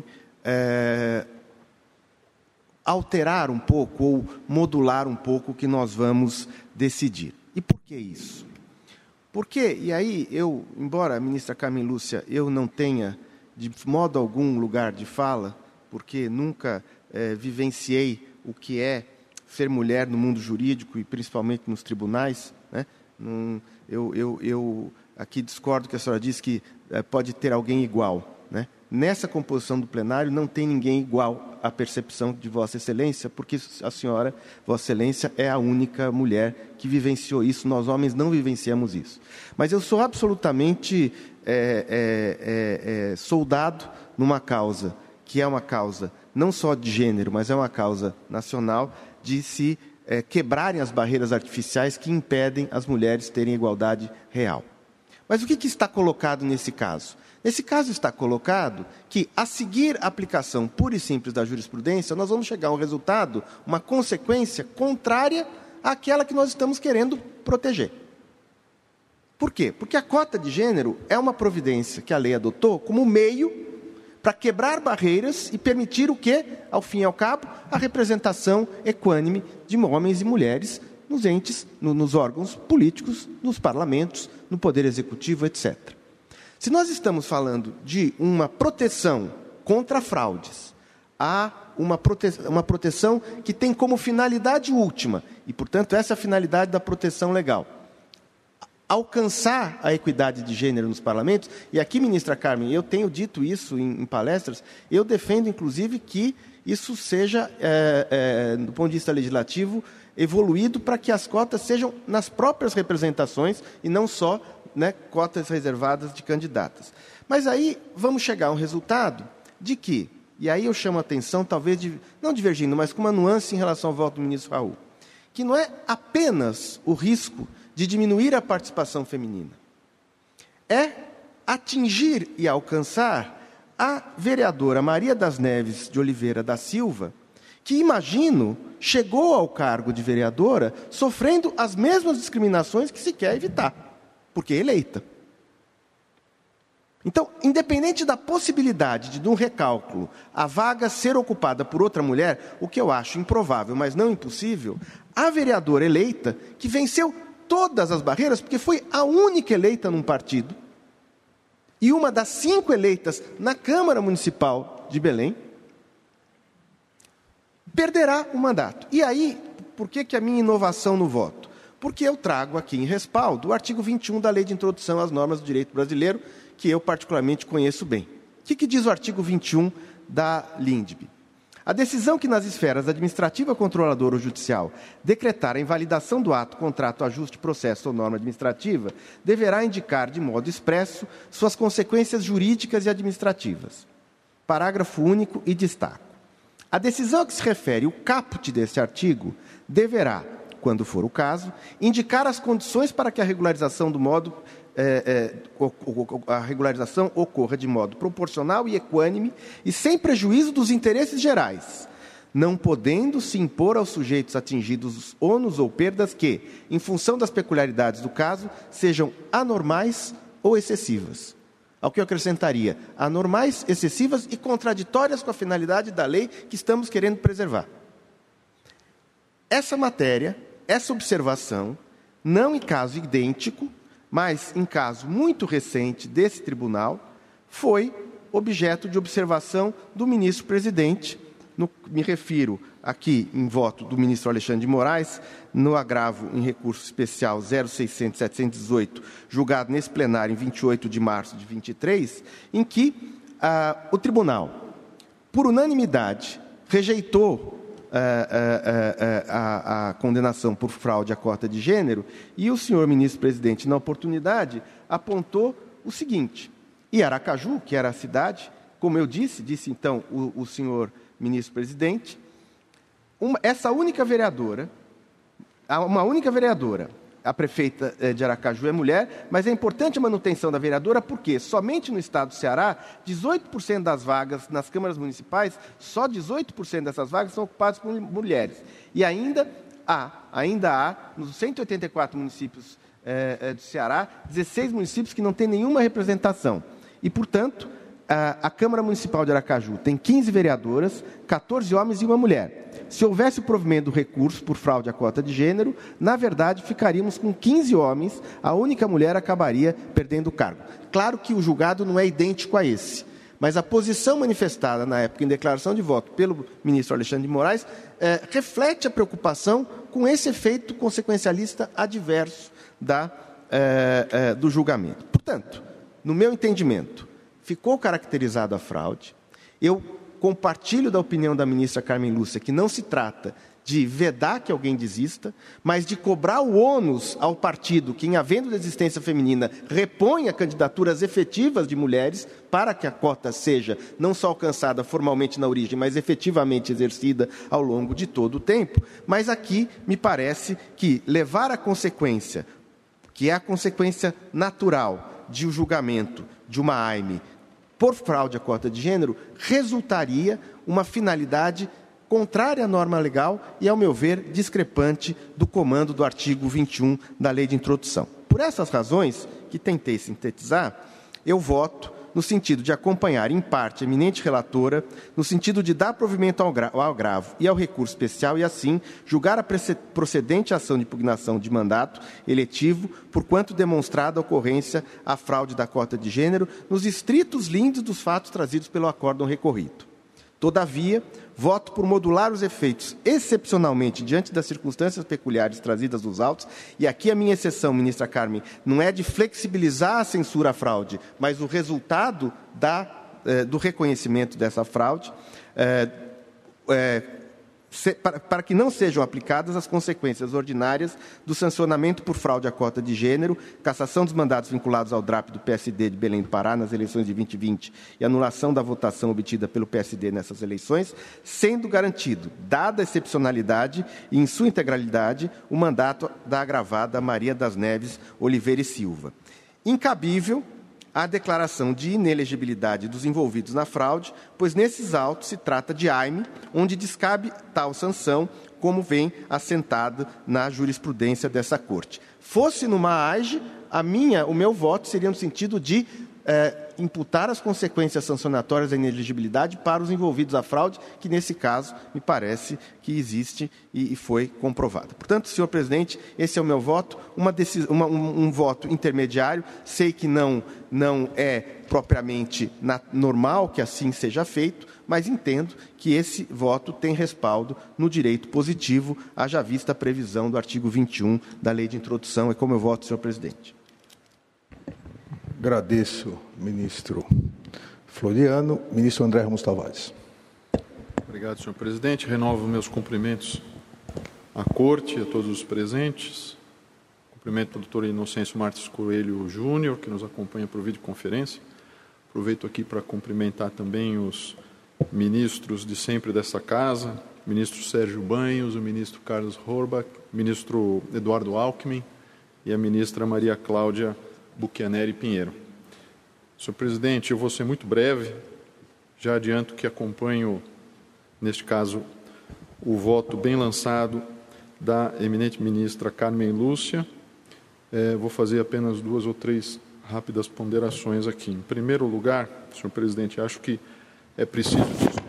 alterar um pouco ou modular um pouco o que nós vamos decidir. E por que isso? Porque, e aí, embora, ministra Carmen Lúcia, eu não tenha, de modo algum, lugar de fala, porque nunca vivenciei o que é ser mulher no mundo jurídico e principalmente nos tribunais, né? Eu aqui discordo que a senhora disse que pode ter alguém igual, né? Nessa composição do plenário não tem ninguém igual à percepção de Vossa Excelência, porque a senhora, Vossa Excelência, é a única mulher que vivenciou isso, nós homens não vivenciamos isso. Mas eu sou absolutamente soldado numa causa, que é uma causa não só de gênero, mas é uma causa nacional, de se quebrarem as barreiras artificiais que impedem as mulheres terem igualdade real. Mas o que está colocado nesse caso? Nesse caso está colocado que, a seguir a aplicação pura e simples da jurisprudência, nós vamos chegar a um resultado, uma consequência contrária àquela que nós estamos querendo proteger. Por quê? Porque a cota de gênero é uma providência que a lei adotou como meio para quebrar barreiras e permitir o quê? Ao fim e ao cabo, a representação equânime de homens e mulheres nos entes, nos órgãos políticos, nos parlamentos, no Poder Executivo, etc. Se nós estamos falando de uma proteção contra fraudes, há uma proteção que tem como finalidade última, e, portanto, essa é a finalidade da proteção legal, alcançar a equidade de gênero nos parlamentos, e aqui, ministra Carmen, eu tenho dito isso em palestras, eu defendo, inclusive, que isso seja, do ponto de vista legislativo, evoluído para que as cotas sejam nas próprias representações e não só, né, cotas reservadas de candidatas. Mas aí vamos chegar a um resultado de que, e aí eu chamo a atenção, talvez, não divergindo, mas com uma nuance em relação ao voto do ministro Raul, que não é apenas o risco de diminuir a participação feminina, é atingir e alcançar a vereadora Maria das Neves de Oliveira da Silva, que, imagino, chegou ao cargo de vereadora sofrendo as mesmas discriminações que se quer evitar, porque é eleita. Então, independente da possibilidade de um recálculo, a vaga ser ocupada por outra mulher, o que eu acho improvável, mas não impossível, a vereadora eleita, que venceu todas as barreiras, porque foi a única eleita num partido, e uma das 5 eleitas na Câmara Municipal de Belém, perderá o mandato. E aí, Por que a minha inovação no voto? Porque eu trago aqui em respaldo o artigo 21 da Lei de Introdução às Normas do Direito Brasileiro, que eu particularmente conheço bem. O que diz o artigo 21 da LINDB? A decisão que nas esferas administrativa, controladora ou judicial decretar a invalidação do ato, contrato, ajuste, processo ou norma administrativa deverá indicar de modo expresso suas consequências jurídicas e administrativas. Parágrafo único e destaco. A decisão a que se refere o caput deste artigo deverá, quando for o caso, indicar as condições para que a regularização a regularização ocorra de modo proporcional e equânime e sem prejuízo dos interesses gerais, não podendo se impor aos sujeitos atingidos ônus ou perdas que, em função das peculiaridades do caso, sejam anormais ou excessivas. Ao que eu acrescentaria, anormais, excessivas e contraditórias com a finalidade da lei que estamos querendo preservar. Essa matéria, essa observação, não em caso idêntico, mas em caso muito recente desse tribunal, foi objeto de observação do ministro-presidente. Me refiro aqui em voto do ministro Alexandre de Moraes, no agravo em recurso especial 0600-718, julgado nesse plenário em 28 de março de 23, em que o tribunal, por unanimidade, rejeitou a condenação por fraude à cota de gênero, e o senhor ministro-presidente, na oportunidade, apontou o seguinte: e Aracaju, que era a cidade, como eu disse então o senhor ministro-presidente, uma única vereadora, a prefeita de Aracaju é mulher, mas é importante a manutenção da vereadora porque somente no estado do Ceará, 18% das vagas nas câmaras municipais, só 18% dessas vagas são ocupadas por mulheres. E ainda há, nos 184 municípios do Ceará, 16 municípios que não têm nenhuma representação. E, portanto, a Câmara Municipal de Aracaju tem 15 vereadoras, 14 homens e uma mulher. Se houvesse o provimento do recurso por fraude à cota de gênero, na verdade, ficaríamos com 15 homens, a única mulher acabaria perdendo o cargo. Claro que o julgado não é idêntico a esse, mas a posição manifestada na época em declaração de voto pelo ministro Alexandre de Moraes reflete a preocupação com esse efeito consequencialista adverso do julgamento. Portanto, no meu entendimento, ficou caracterizada a fraude. Eu compartilho da opinião da ministra Carmen Lúcia que não se trata de vedar que alguém desista, mas de cobrar o ônus ao partido que, em havendo desistência feminina, reponha candidaturas efetivas de mulheres para que a cota seja não só alcançada formalmente na origem, mas efetivamente exercida ao longo de todo o tempo. Mas aqui me parece que levar a consequência, que é a consequência natural de um julgamento de uma AIME por fraude à cota de gênero, resultaria uma finalidade contrária à norma legal e, ao meu ver, discrepante do comando do artigo 21 da Lei de Introdução. Por essas razões, que tentei sintetizar, eu voto no sentido de acompanhar, em parte, a eminente relatora, no sentido de dar provimento ao agravo e ao recurso especial e, assim, julgar a procedente ação de impugnação de mandato eletivo, por quanto demonstrada a ocorrência à fraude da cota de gênero, nos estritos lindes dos fatos trazidos pelo acórdão recorrido. Todavia, voto por modular os efeitos excepcionalmente diante das circunstâncias peculiares trazidas nos autos, e aqui a minha exceção, ministra Carmen, não é de flexibilizar a censura à fraude, mas o resultado do reconhecimento dessa fraude, para que não sejam aplicadas as consequências ordinárias do sancionamento por fraude à cota de gênero, cassação dos mandatos vinculados ao DRAP do PSD de Belém do Pará nas eleições de 2020 e anulação da votação obtida pelo PSD nessas eleições, sendo garantido, dada a excepcionalidade e em sua integralidade, o mandato da agravada Maria das Neves Oliveira e Silva. Incabível a declaração de inelegibilidade dos envolvidos na fraude, pois nesses autos se trata de AIME, onde descabe tal sanção, como vem assentado na jurisprudência dessa Corte. Fosse numa AIGE, o meu voto seria no sentido de imputar as consequências sancionatórias da inelegibilidade para os envolvidos à fraude, que nesse caso me parece que existe e foi comprovada. Portanto, senhor presidente, esse é o meu voto, um voto intermediário. Sei que não é propriamente normal que assim seja feito, mas entendo que esse voto tem respaldo no direito positivo, haja vista a previsão do artigo 21 da Lei de Introdução. É como eu voto, senhor presidente. Agradeço, ministro Floriano. Ministro André Ramos Tavares. Obrigado, senhor presidente. Renovo meus cumprimentos à Corte e a todos os presentes. Cumprimento ao doutor Inocêncio Martins Coelho Júnior, que nos acompanha por videoconferência. Aproveito aqui para cumprimentar também os ministros de sempre dessa casa, o ministro Sérgio Banhos, o ministro Carlos Horbach, o ministro Eduardo Alckmin e a ministra Maria Cláudia Buchianeri Pinheiro. Senhor presidente, eu vou ser muito breve. Já adianto que acompanho, neste caso, o voto bem lançado da eminente ministra Carmen Lúcia. Vou fazer apenas 2 ou 3 rápidas ponderações aqui. Em primeiro lugar, senhor presidente, acho que é preciso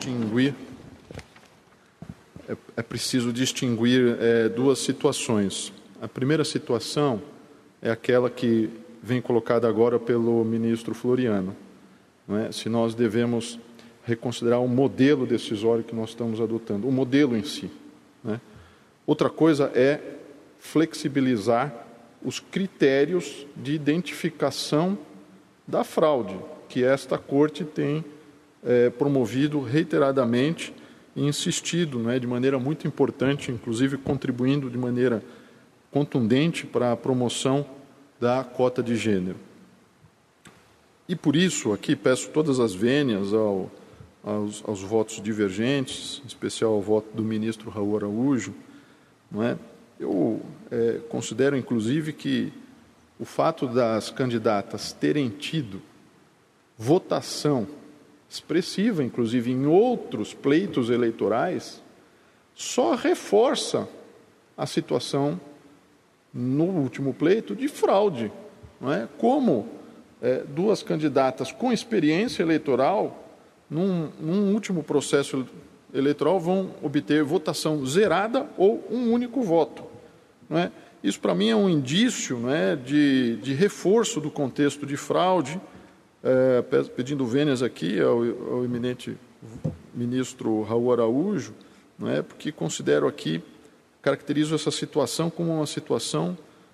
distinguir 2 situações. A primeira situação é aquela que vem colocada agora pelo ministro Floriano, não é? Se nós devemos reconsiderar o modelo decisório que nós estamos adotando, o modelo em si, né? Outra coisa é flexibilizar os critérios de identificação da fraude, que esta Corte tem promovido reiteradamente e insistido, né, de maneira muito importante, inclusive contribuindo de maneira contundente para a promoção da cota de gênero. E por isso, aqui peço todas as vênias aos votos divergentes, em especial ao voto do ministro Raul Araújo, não é? Eu considero, inclusive, que o fato das candidatas terem tido votação expressiva, inclusive em outros pleitos eleitorais, só reforça a situação no último pleito de fraude, não é? Como 2 candidatas com experiência eleitoral, num último processo eleitoral, vão obter votação zerada ou um único voto, não é? Isso, para mim, é um indício, não é, de reforço do contexto de fraude, pedindo vênias aqui ao eminente ministro Raul Araújo, não é, porque considero aqui, caracterizo essa situação como uma situação,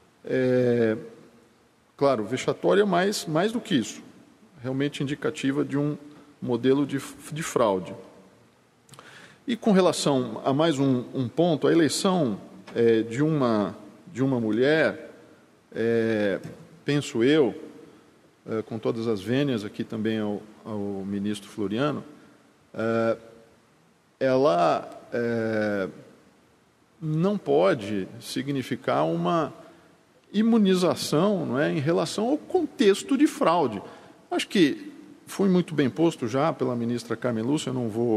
claro, vexatória, mas mais do que isso, realmente indicativa de um modelo de fraude. E com relação a mais um ponto, a eleição de uma mulher, penso eu, com todas as vênias aqui também ao ministro Floriano, ela não pode significar uma imunização, não é, em relação ao contexto de fraude. Acho que foi muito bem posto já pela ministra Carmen Lúcia, eu não vou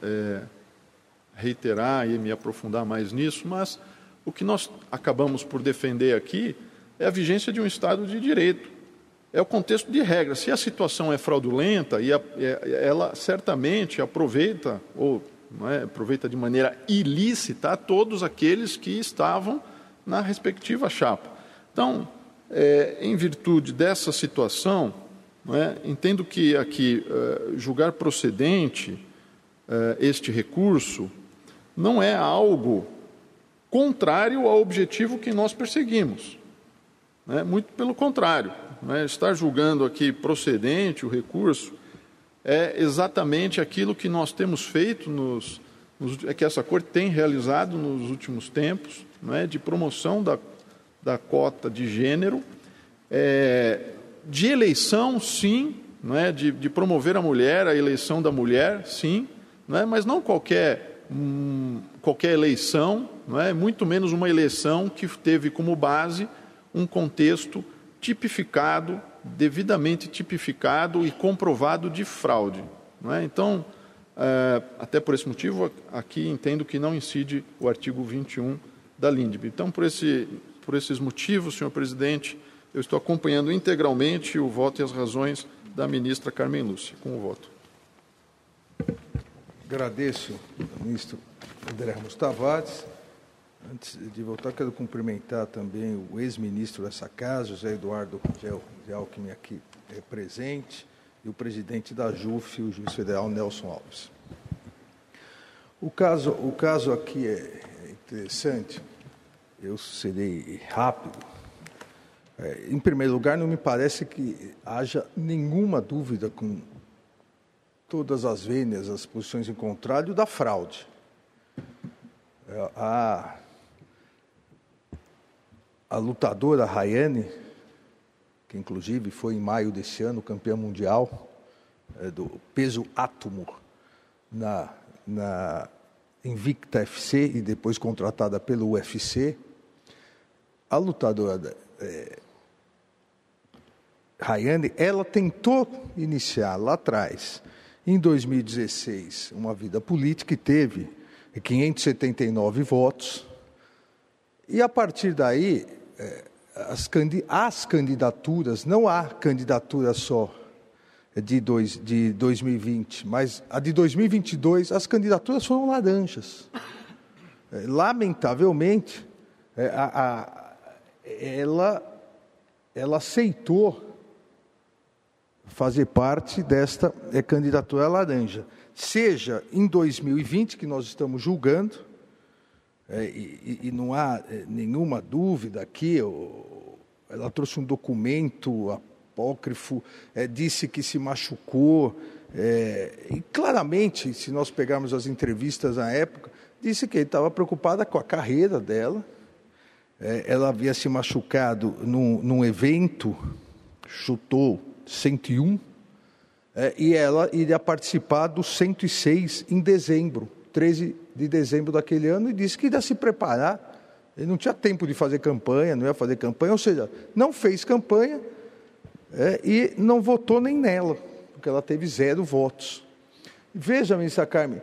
reiterar e me aprofundar mais nisso, mas o que nós acabamos por defender aqui é a vigência de um Estado de Direito, é o contexto de regras. Se a situação é fraudulenta, e ela certamente aproveita, ou não é, aproveita de maneira ilícita a todos aqueles que estavam na respectiva chapa. Então, em virtude dessa situação, não é, entendo que aqui julgar procedente este recurso não é algo contrário ao objetivo que nós perseguimos. Né? Muito pelo contrário. Né? Estar julgando aqui procedente o recurso é exatamente aquilo que nós temos feito, que essa Corte tem realizado nos últimos tempos, não é? De promoção da cota de gênero, de eleição, sim, não é? De promover a eleição da mulher, sim, não é? Mas não qualquer eleição, não é? Muito menos uma eleição que teve como base um contexto tipificado, devidamente tipificado e comprovado de fraude. Não é? Então, até por esse motivo, aqui entendo que não incide o artigo 21 da LINDB. Então, por esses motivos, senhor presidente, eu estou acompanhando integralmente o voto e as razões da ministra Carmen Lúcia. Com o voto. Agradeço ao ministro André Ramos Tavares. Antes de voltar, quero cumprimentar também o ex-ministro dessa casa, José Eduardo de Alckmin, aqui presente, e o presidente da JUF, o juiz federal Nelson Alves. O caso aqui é interessante, eu serei rápido. Em primeiro lugar, não me parece que haja nenhuma dúvida com todas as vênias, as posições em contrário da fraude. A lutadora Rayane, que inclusive foi em maio desse ano campeã mundial do peso átomo na Invicta FC e depois contratada pelo UFC, a lutadora Rayane, ela tentou iniciar lá atrás, em 2016, uma vida política e teve 579 votos. E a partir daí, as candidaturas, não há candidatura só de 2020, mas a de 2022, as candidaturas foram laranjas. Lamentavelmente, ela aceitou fazer parte desta candidatura laranja. Seja em 2020, que nós estamos julgando, e não há nenhuma dúvida aqui, ela trouxe um documento apócrifo, disse que se machucou, e claramente, se nós pegarmos as entrevistas na época, disse que ele estava preocupada com a carreira dela, ela havia se machucado num evento, chutou 101, e ela iria participar do 106 em dezembro, 13 de dezembro daquele ano, e disse que iria se preparar. Ele não tinha tempo de fazer campanha, não ia fazer campanha, ou seja, não fez campanha e não votou nem nela, porque ela teve 0 votos. Veja, ministra Carmen,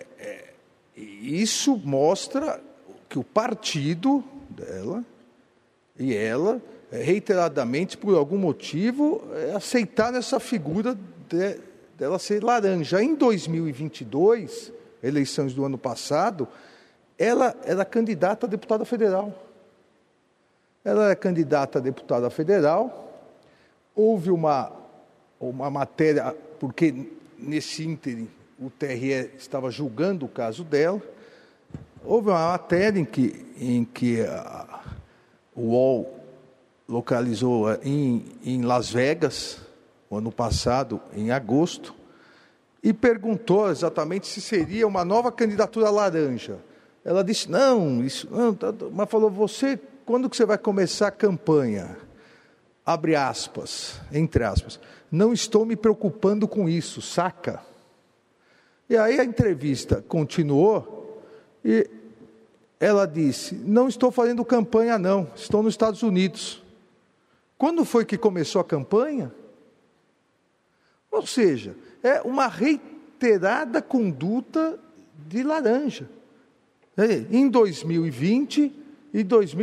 isso mostra que o partido dela e ela, reiteradamente, por algum motivo, aceitaram essa figura dela ser laranja. Em 2022, eleições do ano passado, ela era candidata a deputada federal. Ela era candidata a deputada federal, houve uma matéria, porque nesse ínterim o TRE estava julgando o caso dela, houve uma matéria em que o UOL localizou em Las Vegas, o ano passado, em agosto, e perguntou exatamente se seria uma nova candidatura laranja. Ela disse, não, mas falou, quando que você vai começar a campanha? Abre aspas, entre aspas, não estou me preocupando com isso, saca? E aí a entrevista continuou e ela disse, não estou fazendo campanha não, estou nos Estados Unidos. Quando foi que começou a campanha? Ou seja, é uma reiterada conduta de laranja. Em 2020 e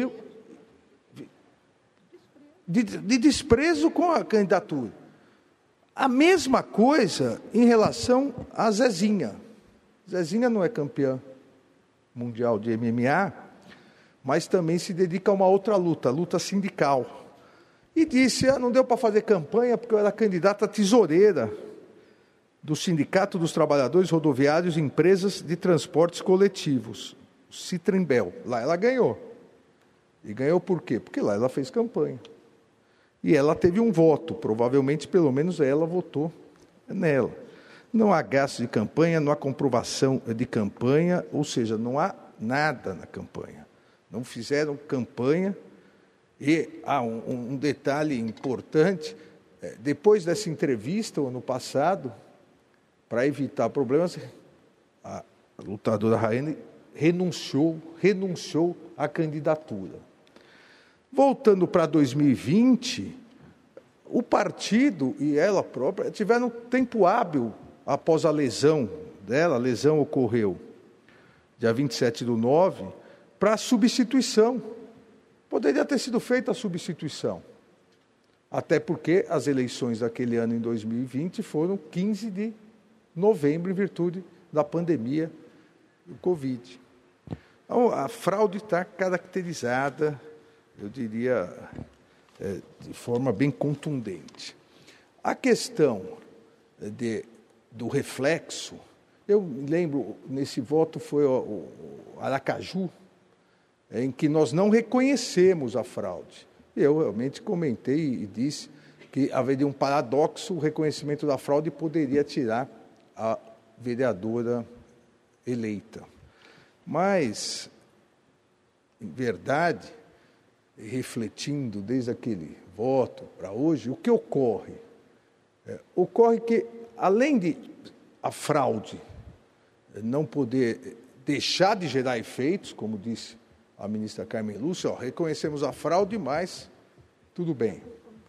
de desprezo com a candidatura. A mesma coisa em relação a Zezinha. Zezinha não é campeã mundial de MMA, mas também se dedica a uma outra luta, a luta sindical. E disse, não deu para fazer campanha porque eu era candidata tesoureira do Sindicato dos Trabalhadores Rodoviários e Empresas de Transportes Coletivos, o Citrembel. Lá ela ganhou. E ganhou por quê? Porque lá ela fez campanha. E ela teve um voto, provavelmente pelo menos ela votou nela. Não há gasto de campanha, não há comprovação de campanha, ou seja, não há nada na campanha. Não fizeram campanha. E há um detalhe importante, depois dessa entrevista, o ano passado, para evitar problemas, a lutadora Rayane renunciou à candidatura. Voltando para 2020, o partido e ela própria tiveram tempo hábil após a lesão dela, a lesão ocorreu dia 27/9, para a substituição. Poderia ter sido feita a substituição, até porque as eleições daquele ano, em 2020, foram 15 de novembro, em virtude da pandemia do Covid. Então, a fraude está caracterizada, eu diria, de forma bem contundente. A questão do reflexo, Eu lembro, nesse voto foi o Aracaju, em que nós não reconhecemos a fraude. Eu realmente comentei e disse que haveria um paradoxo, o reconhecimento da fraude poderia tirar a vereadora eleita. Mas, em verdade, refletindo desde aquele voto para hoje, o que ocorre? Ocorre que, além de a fraude não poder deixar de gerar efeitos, como disse a ministra Carmen Lúcia, reconhecemos a fraude, mas tudo bem.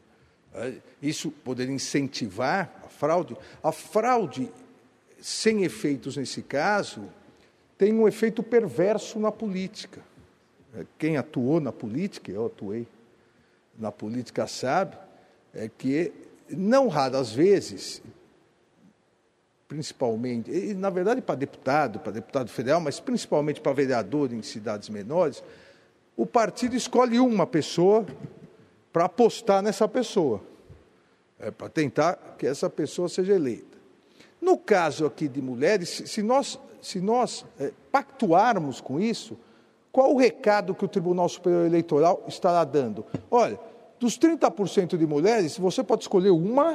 Isso poderia incentivar a fraude. A fraude, sem efeitos nesse caso, tem um efeito perverso na política. Quem atuou na política, eu atuei na política, sabe, que não raras vezes, principalmente, e na verdade para deputado federal, mas principalmente para vereador em cidades menores, o partido escolhe uma pessoa para apostar nessa pessoa, para tentar que essa pessoa seja eleita. No caso aqui de mulheres, se nós pactuarmos com isso, qual o recado que o Tribunal Superior Eleitoral estará dando? Olha, dos 30% de mulheres, você pode escolher uma,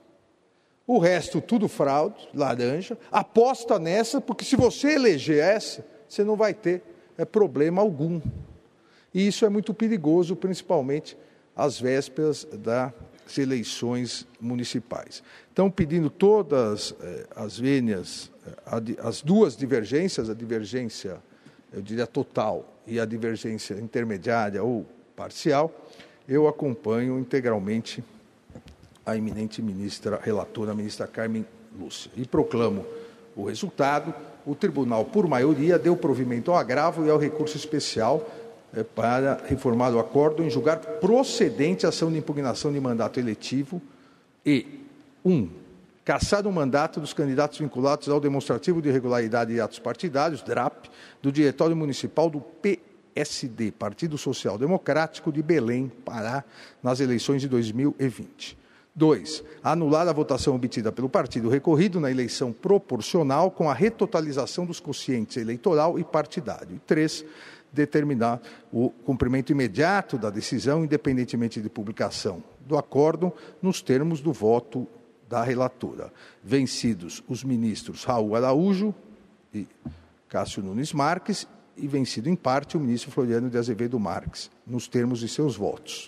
o resto tudo fraude, laranja, aposta nessa, porque se você eleger essa, você não vai ter problema algum. E isso é muito perigoso, principalmente às vésperas das eleições municipais. Então, pedindo todas as vênias, as duas divergências, a divergência, eu diria, total e a divergência intermediária ou parcial, eu acompanho integralmente a eminente ministra relatora, a ministra Carmen Lúcia. E proclamo o resultado. O tribunal, por maioria, deu provimento ao agravo e ao recurso especial para reformar o acordo em julgar procedente a ação de impugnação de mandato eletivo e 1. Cassar o mandato dos candidatos vinculados ao demonstrativo de irregularidade e atos partidários, DRAP, do Diretório Municipal do PSD, Partido Social Democrático de Belém, Pará, nas eleições de 2020. 2. Anular a votação obtida pelo partido recorrido na eleição proporcional com a retotalização dos quocientes eleitoral e partidário. E 3. Determinar o cumprimento imediato da decisão, independentemente de publicação do acórdão, nos termos do voto da relatora. Vencidos os ministros Raul Araújo e Cássio Nunes Marques e vencido em parte o ministro Floriano de Azevedo Marques, nos termos de seus votos.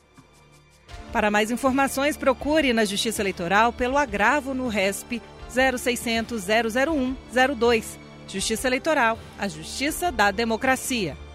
Para mais informações, procure na Justiça Eleitoral pelo agravo no RESP 0600 001 02. Justiça Eleitoral, a justiça da democracia.